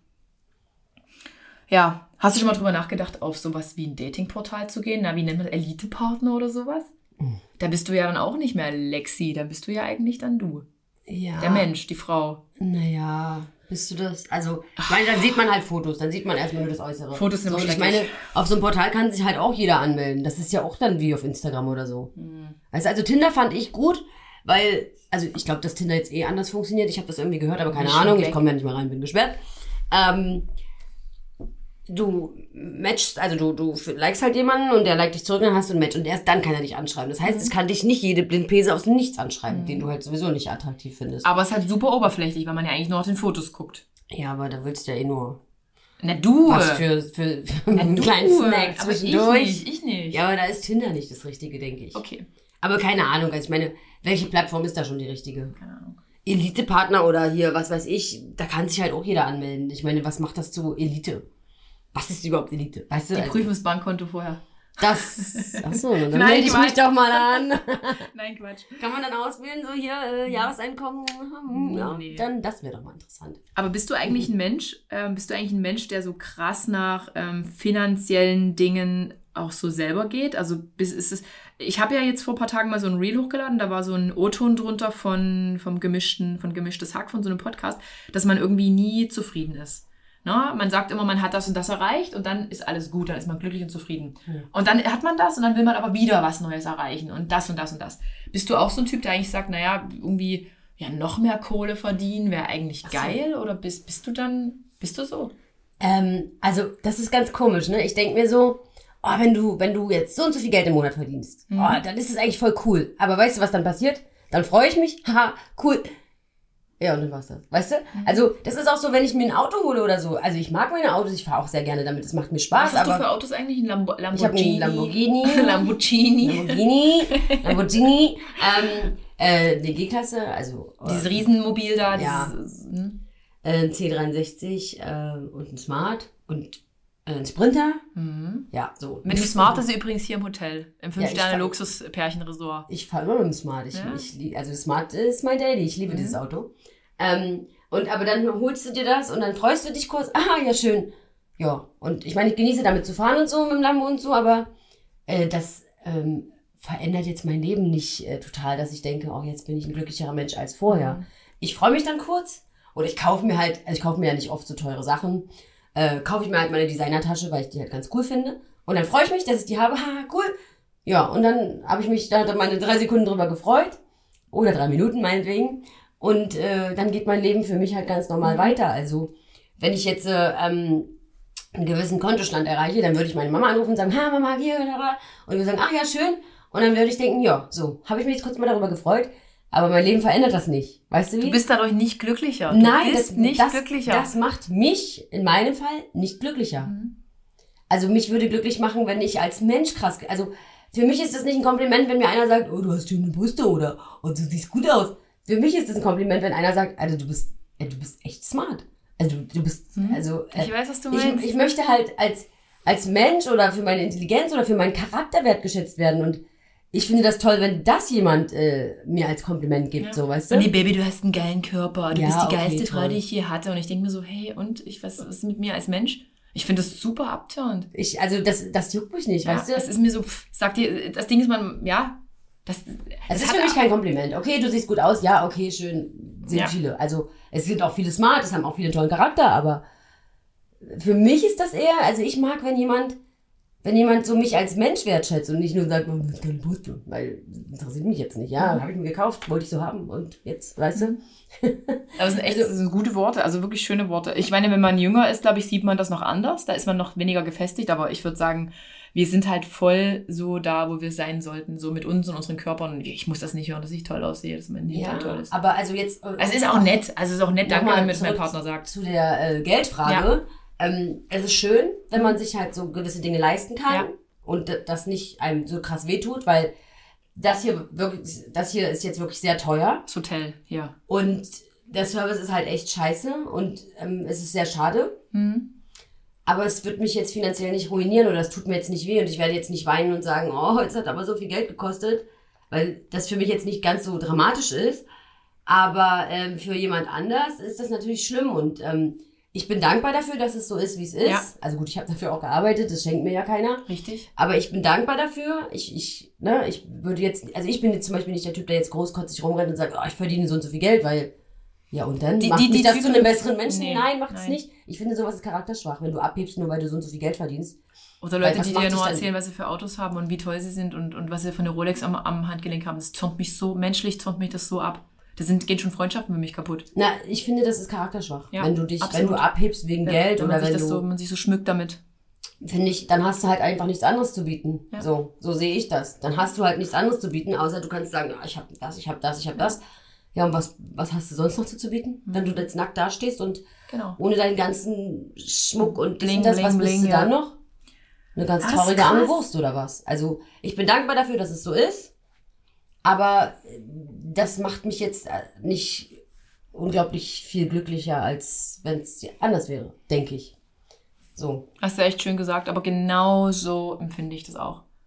Ja, hast du schon mal drüber nachgedacht, auf sowas wie ein Datingportal zu gehen? Na, wie nennt man das? Elite-Partner oder sowas? Mhm. Da bist du ja dann auch nicht mehr Lexi, da bist du ja eigentlich dann du. Ja. Der Mensch, die Frau. Naja, bist du das? Also, ich meine, dann sieht man halt Fotos, dann sieht man erstmal nur das Äußere. Fotos sind so, immer ich meine, auf so einem Portal kann sich halt auch jeder anmelden. Das ist ja auch dann wie auf Instagram oder so. Mhm. Also, also Tinder fand ich gut, weil, also ich glaube, dass Tinder jetzt eh anders funktioniert. Ich habe das irgendwie gehört, aber keine Ahnung, ich komme ja nicht mal rein, bin gesperrt. Ähm... Du matchst, also du, du likest halt jemanden und der liked dich zurück, dann hast du ein Match und erst dann kann er dich anschreiben. Das heißt, mhm. es kann dich nicht jede Blindpese aus dem Nichts anschreiben, mhm. den du halt sowieso nicht attraktiv findest. Aber es ist halt super oberflächlich, weil man ja eigentlich nur auf den Fotos guckt. Ja, aber da willst du ja eh nur Na du! was für, für, für Na, einen du. kleinen Snack aber zwischendurch. Ich nicht, ich nicht. Ja, aber da ist Tinder nicht das Richtige, denke ich. Okay. Aber keine Ahnung, also ich meine, welche Plattform ist da schon die richtige? Keine Ahnung. Elite-Partner oder hier, was weiß ich, da kann sich halt auch jeder anmelden. Ich meine, was macht das zu Elite? Was ist überhaupt Elite? Weißt du? Die also, prüfen das Bankkonto vorher. Das, achso, dann Nein, melde ich Quatsch. mich doch mal an. Nein, Quatsch. Kann man dann auswählen, so hier, äh, Jahreseinkommen? Hm, ja, Nee. dann, das wäre doch mal interessant. Aber bist du eigentlich ein Mensch, ähm, bist du eigentlich ein Mensch, der so krass nach ähm, finanziellen Dingen auch so selber geht? Also bis, ist es, ich habe ja jetzt vor ein paar Tagen mal so ein Reel hochgeladen, da war so ein O-Ton drunter von, vom gemischten, von Gemischtes Hack, von so einem Podcast, dass man irgendwie nie zufrieden ist. Ne? Man sagt immer, man hat das und das erreicht und dann ist alles gut, dann ist man glücklich und zufrieden. Mhm. Und dann hat man das und dann will man aber wieder was Neues erreichen und das und das und das. Bist du auch so ein Typ, der eigentlich sagt, naja, irgendwie ja, noch mehr Kohle verdienen wäre eigentlich Ach so. geil? Oder bist, bist du dann, bist du so? Ähm, also, das ist ganz komisch, ne? Ich denke mir so, oh, wenn du, wenn du jetzt so und so viel Geld im Monat verdienst, Mhm. oh, dann ist es eigentlich voll cool. Aber weißt du, was dann passiert? Dann freue ich mich, haha, cool. Ja, und dann war's das. Weißt du? Mhm. Also, das ist auch so, wenn ich mir ein Auto hole oder so. Also, ich mag meine Autos, ich fahre auch sehr gerne damit, es macht mir Spaß. Was hast aber du für Autos eigentlich? Ein Lambo ich habe einen Lamborghini? Lamborghini. Lamborghini. Lamborghini. Lamborghini. ähm, äh, die G-Klasse, also. äh, Dieses Riesenmobil da. Ja. Dieses, hm? äh, ein C dreiundsechzig äh, und ein Smart und äh, ein Sprinter. Mhm. Ja, so. Mit dem Smart ist sie übrigens hier im Hotel. Im Ja, ich Fünf-Sterne-Luxus-Pärchenresort. Ich fahre nur mit dem Smart. Ich, Ja? ich, lieb- also Smart ist mein Daily. Ich liebe Mhm. dieses Auto. Ähm, und aber dann holst du dir das und dann freust du dich kurz. Ah, ja, schön. Ja, und ich meine, ich genieße damit zu fahren und so mit dem Lambo und so, aber äh, das ähm, verändert jetzt mein Leben nicht äh, total, dass ich denke, oh, jetzt bin ich ein glücklicherer Mensch als vorher. Mhm. Ich freue mich dann kurz oder ich kaufe mir halt, also ich kaufe mir ja nicht oft so teure Sachen, äh, kaufe ich mir halt meine Designertasche, weil ich die halt ganz cool finde. Und dann freue ich mich, dass ich die habe. Ha, cool. Ja, und dann habe ich mich da meine drei Sekunden drüber gefreut. Oder drei Minuten meinetwegen. Und äh, dann geht mein Leben für mich halt ganz normal Mhm. weiter. Also, wenn ich jetzt äh, ähm, einen gewissen Kontostand erreiche, dann würde ich meine Mama anrufen und sagen, ha, Mama, hier, da, da. Und ich würde sagen, ach ja, schön. Und dann würde ich denken, ja, so, habe ich mich jetzt kurz mal darüber gefreut. Aber mein Leben verändert das nicht. Weißt du wie? Du bist dadurch nicht glücklicher. Du Nein, bist das, nicht das, glücklicher. das macht mich in meinem Fall nicht glücklicher. Mhm. Also mich würde glücklich machen, wenn ich als Mensch krass, also für mich ist das nicht ein Kompliment, wenn mir einer sagt, oh, du hast schöne Brüste oder oh, du siehst gut aus. Für mich ist das ein Kompliment, wenn einer sagt, also du bist, äh, du bist echt smart. Also du, du bist, Mhm. also äh, Ich weiß, was du meinst. ich, ich möchte halt als, als Mensch oder für meine Intelligenz oder für meinen Charakter wertgeschätzt werden und ich finde das toll, wenn das jemand äh, mir als Kompliment gibt, Ja. so, weißt du? Und die Baby, du hast einen geilen Körper. Du Ja, bist die okay, geilste Frau, toll. die ich je hatte. Und ich denke mir so, hey, und ich, was, was ist mit mir als Mensch? Ich finde das super abturnt. Ich, also das, das juckt mich nicht, Ja, weißt du? das ist mir so, pff, sag dir, das Ding ist man, ja, das, Es ist hat für mich kein Kompliment. Okay, du siehst gut aus. Ja, okay, schön. Sind Ja. viele. Also, es sind auch viele smart, es haben auch viele einen tollen Charakter, aber für mich ist das eher, also ich mag, wenn jemand, wenn jemand so mich als Mensch wertschätzt und nicht nur sagt, oh, das ist keine Brüste, weil das interessiert mich jetzt nicht. Ja, Mhm. habe ich mir gekauft, wollte ich so haben und jetzt, weißt du? Aber das sind echt Also- das sind gute Worte, also wirklich schöne Worte. Ich meine, wenn man jünger ist, glaube ich, sieht man das noch anders. Da ist man noch weniger gefestigt, aber ich würde sagen, wir sind halt voll so da, wo wir sein sollten, so mit uns und unseren Körpern. Und ich muss das nicht hören, dass ich toll aussehe, dass mein Hintern toll ist. aber also jetzt. Also es ist auch nett, also es ist auch nett, danke, Nochmal wenn mir das mein zurück Partner sagt. Zu der äh, Geldfrage. Ähm, es ist schön, wenn man sich halt so gewisse Dinge leisten kann Ja. und d- das nicht einem so krass wehtut, weil das hier wirklich, das hier ist jetzt wirklich sehr teuer Das Hotel, ja. und der Service ist halt echt scheiße und ähm, es ist sehr schade. Mhm. Aber es wird mich jetzt finanziell nicht ruinieren oder es tut mir jetzt nicht weh und ich werde jetzt nicht weinen und sagen, oh, jetzt hat aber so viel Geld gekostet, weil das für mich jetzt nicht ganz so dramatisch ist. Aber ähm, für jemand anders ist das natürlich schlimm und ähm, ich bin dankbar dafür, dass es so ist, wie es ist. Ja. Also gut, ich habe dafür auch gearbeitet, das schenkt mir ja keiner. Richtig? Aber ich bin dankbar dafür. Ich, ich, ne, ich würde jetzt, also ich bin jetzt zum Beispiel nicht der Typ, der jetzt großkotzig rumrennt und sagt, oh, ich verdiene so und so viel Geld, weil, ja und dann? Die- macht die- mich die das Typen- zu einem besseren Menschen? Nee, nein, macht es nein. nicht. Ich finde, sowas ist charakterschwach, wenn du abhebst, nur weil du so und so viel Geld verdienst. Oder Weil Leute, was die macht dir dich nur dann- erzählen, was sie für Autos haben und wie toll sie sind und, und was sie für eine Rolex am, am Handgelenk haben. Das turnt mich so, menschlich turnt mich das so ab. Da sind, gehen schon Freundschaften für mich kaputt. Na, ich finde, das ist charakterschwach. Ja, wenn du dich, absolut. wenn du abhebst wegen Ja, Geld wenn oder man sich wenn das du, so, man sich so schmückt damit. finde ich, dann hast du halt einfach nichts anderes zu bieten. Ja. So, so sehe ich das. Dann hast du halt nichts anderes zu bieten, außer du kannst sagen, ah, ich habe das, ich habe das, ich habe das. Ja, und was, was hast du sonst noch zu bieten? Mhm. Wenn du jetzt nackt dastehst und Genau. ohne deinen ganzen Schmuck und dies Bling, und das, bling, was bist bling, du ja. dann noch? Eine ganz Das ist traurige arme krass. Wurst oder was? Also, ich bin dankbar dafür, dass es so ist, aber äh, das macht mich jetzt äh, nicht unglaublich viel glücklicher, als wenn es anders wäre, denke ich. So. Hast du echt schön gesagt, aber genau so empfinde ich das auch.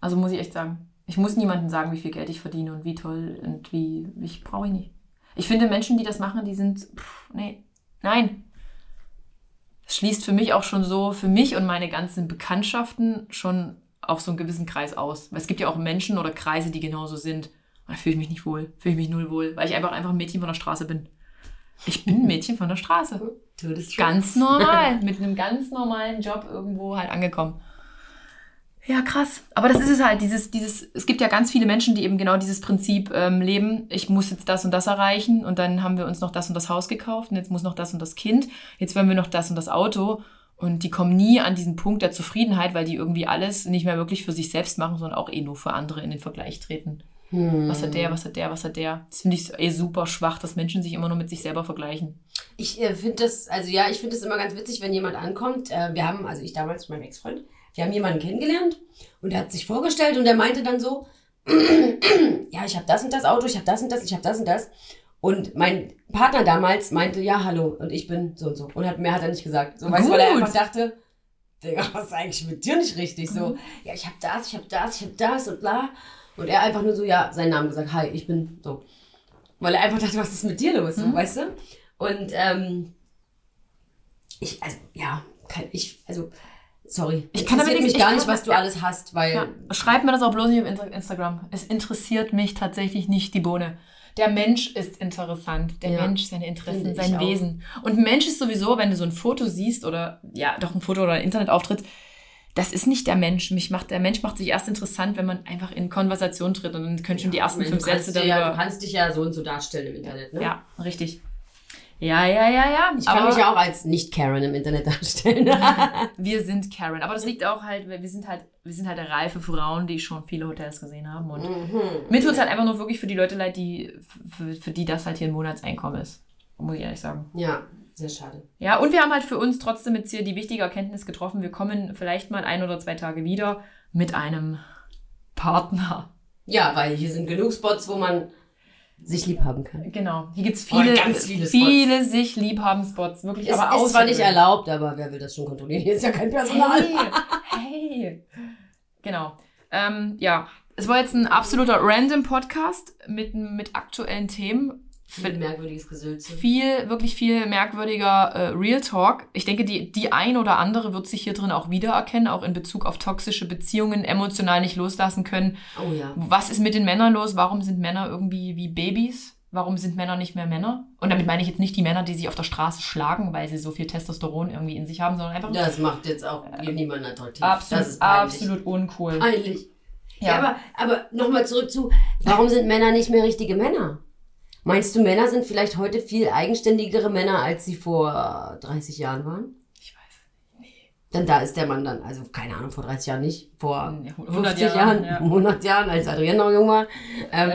Also muss ich echt sagen. Ich muss niemandem sagen, wie viel Geld ich verdiene und wie toll und wie, ich brauche ich nicht. Ich finde, Menschen, die das machen, die sind, pff, nee, nein. Das schließt für mich auch schon so, für mich und meine ganzen Bekanntschaften schon auch so einen gewissen Kreis aus. Weil es gibt ja auch Menschen oder Kreise, die genauso sind. Da fühle ich mich nicht wohl, fühle ich mich null wohl, weil ich einfach einfach ein Mädchen von der Straße bin. Ich bin ein Mädchen von der Straße. Du, das ganz normal, mit einem ganz normalen Job irgendwo halt angekommen. Ja, krass. Aber das ist es halt, dieses, dieses, es gibt ja ganz viele Menschen, die eben genau dieses Prinzip ähm, leben. Ich muss jetzt das und das erreichen und dann haben wir uns noch das und das Haus gekauft und jetzt muss noch das und das Kind. Jetzt wollen wir noch das und das Auto und die kommen nie an diesen Punkt der Zufriedenheit, weil die irgendwie alles nicht mehr wirklich für sich selbst machen, sondern auch eh nur für andere in den Vergleich treten. Hm. Was hat der, was hat der, was hat der? Das finde ich eh super schwach, dass Menschen sich immer nur mit sich selber vergleichen. Ich äh, finde das, also ja, ich finde das immer ganz witzig, wenn jemand ankommt. Äh, wir haben, also ich damals mit meinem Ex-Freund, wir haben jemanden kennengelernt und der hat sich vorgestellt und der meinte dann so, ja, ich habe das und das Auto, ich habe das und das, ich habe das und das. Und mein Partner damals meinte, ja, hallo, und ich bin so und so. Und hat, mehr hat er nicht gesagt. So, weißt du, weil er einfach dachte, Digga, was ist eigentlich mit dir nicht richtig? So, mhm. ja, ich habe das, ich habe das, ich habe das und bla. Und er einfach nur so, ja, seinen Namen gesagt, hi, ich bin so. Weil er einfach dachte, was ist mit dir los, so, mhm. weißt du? Und ähm, ich, also, ja, kann ich, also... Sorry, ich kann interessiert damit mich gar nicht, was du ja. alles hast, weil... Ja. Schreib mir das auch bloß nicht auf Instagram. Es interessiert mich tatsächlich nicht die Bohne. Der Mensch ist interessant. Der ja. Mensch, seine Interessen, sein Wesen. Und ein Mensch ist sowieso, wenn du so ein Foto siehst oder, ja, doch ein Foto oder ein Internetauftritt, das ist nicht der Mensch. Mich macht, der Mensch macht sich erst interessant, wenn man einfach in Konversation tritt und dann können schon ja, die ersten fünf Sätze darüber... Ja, du kannst dich ja so und so darstellen im Internet, ne? Ja, richtig. Ja, ja, ja, ja. Ich kann aber mich ja auch als Nicht-Karen im Internet darstellen. Wir sind Karen. Aber das liegt auch halt, wir sind halt, wir sind halt reife Frauen, die schon viele Hotels gesehen haben. Und mhm. mir tut es halt einfach nur wirklich für die Leute leid, die, für, für die das halt hier ein Monatseinkommen ist. Muss ich ehrlich sagen. Ja, sehr schade. Ja, und wir haben halt für uns trotzdem jetzt hier die wichtige Erkenntnis getroffen. Wir kommen vielleicht mal ein oder zwei Tage wieder mit einem Partner. Ja, weil hier sind genug Spots, wo man sich lieb haben kann. Genau. Hier gibt es viele, oh, ganz viele, viele sich liebhaben Spots. Wirklich, es aber ist zwar nicht erlaubt, aber wer will das schon kontrollieren? Hier ist ja kein Personal. Hey, hey. Genau. Ähm, ja, es war jetzt ein absoluter Random-Podcast mit, mit aktuellen Themen. Viel merkwürdiges Gesülze. Viel, wirklich viel merkwürdiger äh, Real Talk. Ich denke, die, die ein oder andere wird sich hier drin auch wiedererkennen, auch in Bezug auf toxische Beziehungen, emotional nicht loslassen können. Oh ja. Was ist mit den Männern los? Warum sind Männer irgendwie wie Babys? Warum sind Männer nicht mehr Männer? Und damit meine ich jetzt nicht die Männer, die sich auf der Straße schlagen, weil sie so viel Testosteron irgendwie in sich haben, sondern einfach... Das macht jetzt auch äh, niemand attraktiv. Absolut, das ist absolut uncool. Peinlich. Ja, ja aber, aber nochmal zurück zu, warum sind Männer nicht mehr richtige Männer? Meinst du, Männer sind vielleicht heute viel eigenständigere Männer, als sie vor dreißig Jahren waren? Ich weiß nicht. Nee. Denn da ist der Mann dann, also keine Ahnung, vor dreißig Jahren nicht, vor hundert fünfzig Jahren, ja. hundert Jahren, als Adrienne noch jung war. Ähm,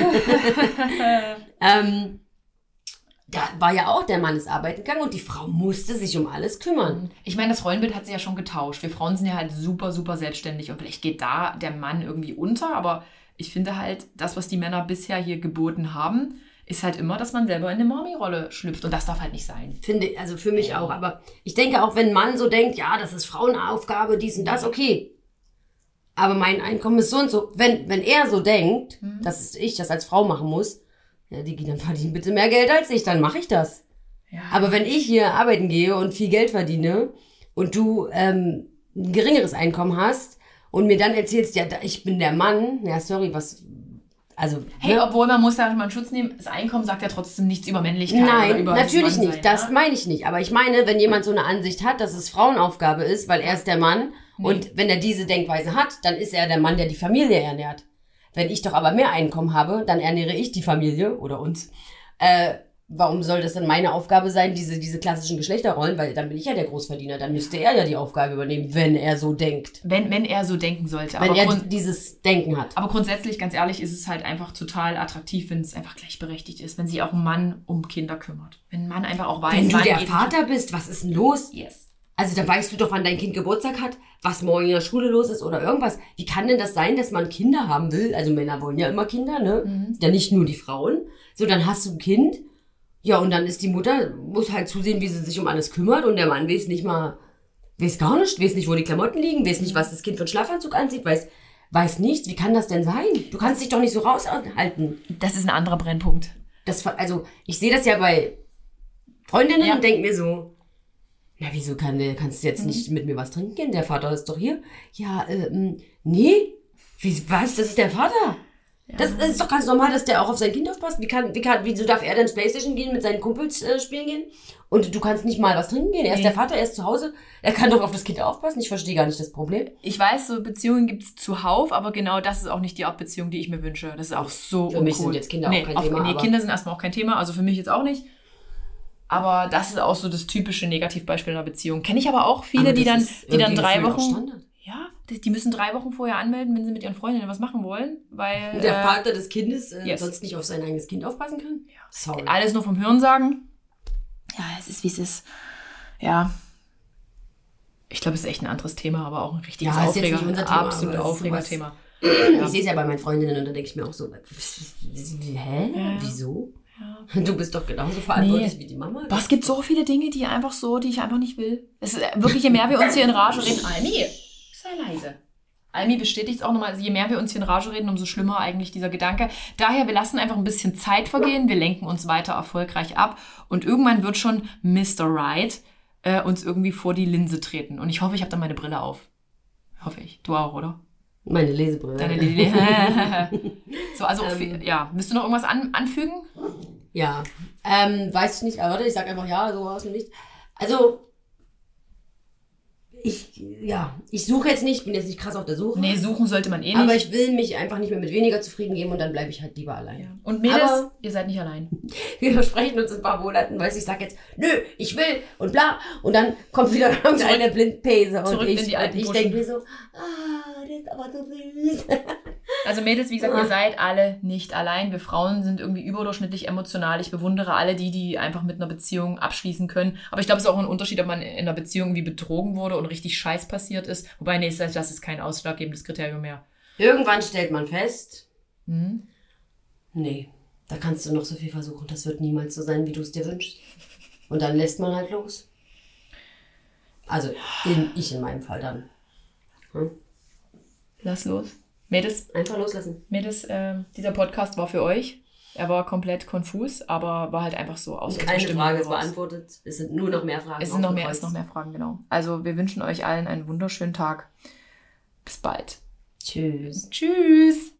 ähm, da war ja auch, der Mann ist arbeiten gegangen und die Frau musste sich um alles kümmern. Ich meine, das Rollenbild hat sich ja schon getauscht. Wir Frauen sind ja halt super, super selbstständig und vielleicht geht da der Mann irgendwie unter, aber ich finde halt, das, was die Männer bisher hier geboten haben, ist halt immer, dass man selber in eine Mami-Rolle schlüpft. Und das darf halt nicht sein. Finde, also für mich auch. Aber ich denke auch, wenn ein Mann so denkt, ja, das ist Frauenaufgabe, dies und das, okay. Aber mein Einkommen ist so und so. Wenn, wenn er so denkt, mhm. dass ich das als Frau machen muss, ja, Digi, dann verdiene bitte mehr Geld als ich, dann mache ich das. Ja. Aber wenn ich hier arbeiten gehe und viel Geld verdiene und du ähm, ein geringeres Einkommen hast und mir dann erzählst, ja, ich bin der Mann, ja, sorry, was... Also, hey, ne? Obwohl man muss ja mal in Schutz nehmen, das Einkommen sagt ja trotzdem nichts über Männlichkeit. Nein, oder über natürlich nicht, sein, das oder? meine ich nicht. Aber ich meine, wenn jemand so eine Ansicht hat, dass es Frauenaufgabe ist, weil er ist der Mann nee. und wenn er diese Denkweise hat, dann ist er der Mann, der die Familie ernährt. Wenn ich doch aber mehr Einkommen habe, dann ernähre ich die Familie oder uns. Äh, warum soll das dann meine Aufgabe sein, diese, diese klassischen Geschlechterrollen? Weil dann bin ich ja der Großverdiener, dann müsste er ja die Aufgabe übernehmen, wenn er so denkt. Wenn, wenn er so denken sollte. Wenn aber er grund- dieses Denken hat. Aber grundsätzlich, ganz ehrlich, ist es halt einfach total attraktiv, wenn es einfach gleichberechtigt ist, wenn sich auch ein Mann um Kinder kümmert. Wenn ein Mann einfach auch weiß, wenn du der geht Vater bist, was ist denn los? Yes. Also da weißt du doch, wann dein Kind Geburtstag hat, was morgen in der Schule los ist oder irgendwas. Wie kann denn das sein, dass man Kinder haben will? Also Männer wollen ja immer Kinder, ne? Mhm. Ja, nicht nur die Frauen. So, dann hast du ein Kind. Ja, und dann ist die Mutter, muss halt zusehen, wie sie sich um alles kümmert. Und der Mann weiß nicht mal, weiß gar nicht, weiß nicht, wo die Klamotten liegen, weiß nicht, was das Kind für einen Schlafanzug anzieht, weiß, weiß nichts. Wie kann das denn sein? Du kannst dich doch nicht so raushalten. Das ist ein anderer Brennpunkt. Das, also, ich sehe das ja bei Freundinnen Ja. und denke mir so, na, wieso kann der, kannst du jetzt Mhm. nicht mit mir was trinken gehen? Der Vater ist doch hier. Ja, ähm, nee. Wie, was? Das ist der Vater. Ja. Das, das ist doch ganz normal, dass der auch auf sein Kind aufpasst. Wie kann, wie kann, wieso darf er denn ins Playstation gehen, mit seinen Kumpels äh, spielen gehen? Und du kannst nicht mal was trinken gehen. Er ist Nee. der Vater, er ist zu Hause. Er kann doch auf das Kind aufpassen. Ich verstehe gar nicht das Problem. Ich weiß, so Beziehungen gibt es zuhauf, aber genau das ist auch nicht die Art Beziehung, die ich mir wünsche. Das ist auch so Für mich uncool. sind jetzt Kinder auch nee, kein auf, Thema, Nee, aber- Kinder sind erstmal auch kein Thema, also für mich jetzt auch nicht. Aber das ist auch so das typische Negativbeispiel einer Beziehung. Kenne ich aber auch viele, Aber die das dann, ist die dann irgendwie drei gefühlt auch Wochen... Standard. Ja, die, die müssen drei Wochen vorher anmelden, wenn sie mit ihren Freundinnen was machen wollen, weil Der äh, Vater des Kindes äh, yes. sonst nicht auf sein eigenes Kind aufpassen kann? Sorry. alles nur vom Hören sagen. Ja, es ist, wie es ist. Ja. Ich glaube, es ist echt ein anderes Thema, aber auch ein richtiges Ja, ist jetzt Aufreger. nicht unser Thema, Absolut aber es ist Aufregerthema. Ich sehe es ja bei meinen Freundinnen und da denke ich mir auch so, hä? Ja. Wieso? Ja. Du bist doch genauso verantwortlich Nee. wie die Mama. Aber es gibt so viele Dinge, die einfach so, die ich einfach nicht will. Es ist wirklich, je mehr wir uns hier in Rage reden. Almi, sei leise. Almi bestätigt es auch nochmal, also je mehr wir uns hier in Rage reden, umso schlimmer eigentlich dieser Gedanke. Daher, wir lassen einfach ein bisschen Zeit vergehen, wir lenken uns weiter erfolgreich ab und irgendwann wird schon Mister Right äh, uns irgendwie vor die Linse treten. Und ich hoffe, ich habe dann meine Brille auf. Hoffe ich. Du auch, oder? Meine Lesebrille. Deine Lili. So, also, Ähm. ja. Müsst du noch irgendwas an, anfügen? Ja. Ähm, weiß ich nicht, aber warte, ich sag einfach ja, so aus dem Licht. Also, ich, ja, ich suche jetzt nicht, bin jetzt nicht krass auf der Suche. Nee, suchen sollte man eh nicht. aber ich will mich einfach nicht mehr mit weniger zufrieden geben und dann bleibe ich halt lieber allein. ja. Und Mädels, Aber- ihr seid nicht allein. Wir versprechen uns in ein paar Monaten, weil ich sag jetzt, nö, ich will und bla. Und dann kommt wieder irgendeine Blindpese und zurück ich, in die alten und ich Buschen. denke mir so, ah, das ist aber so süß. Also Mädels, wie gesagt, Ah. ihr seid alle nicht allein. Wir Frauen sind irgendwie überdurchschnittlich emotional. Ich bewundere alle die, die einfach mit einer Beziehung abschließen können. Aber ich glaube, es ist auch ein Unterschied, ob man in einer Beziehung wie betrogen wurde und richtig Scheiß passiert ist. Wobei, nee, das ist kein ausschlaggebendes Kriterium mehr. Irgendwann stellt man fest, Hm? nee, da kannst du noch so viel versuchen. Das wird niemals so sein, wie du es dir wünschst. Und dann lässt man halt los. Also, in, ich in meinem Fall dann. Hm? Lass los. Mädels, Einfach loslassen. Mädels, ähm, dieser Podcast war für euch. Er war komplett konfus, aber war halt einfach so aus unserer Keine Stimmung Frage ist heraus. beantwortet. Es sind nur noch mehr Fragen. Es sind noch mehr, es aufgekreuzt. sind noch mehr Fragen, genau. Also wir wünschen euch allen einen wunderschönen Tag. Bis bald. Tschüss. Tschüss.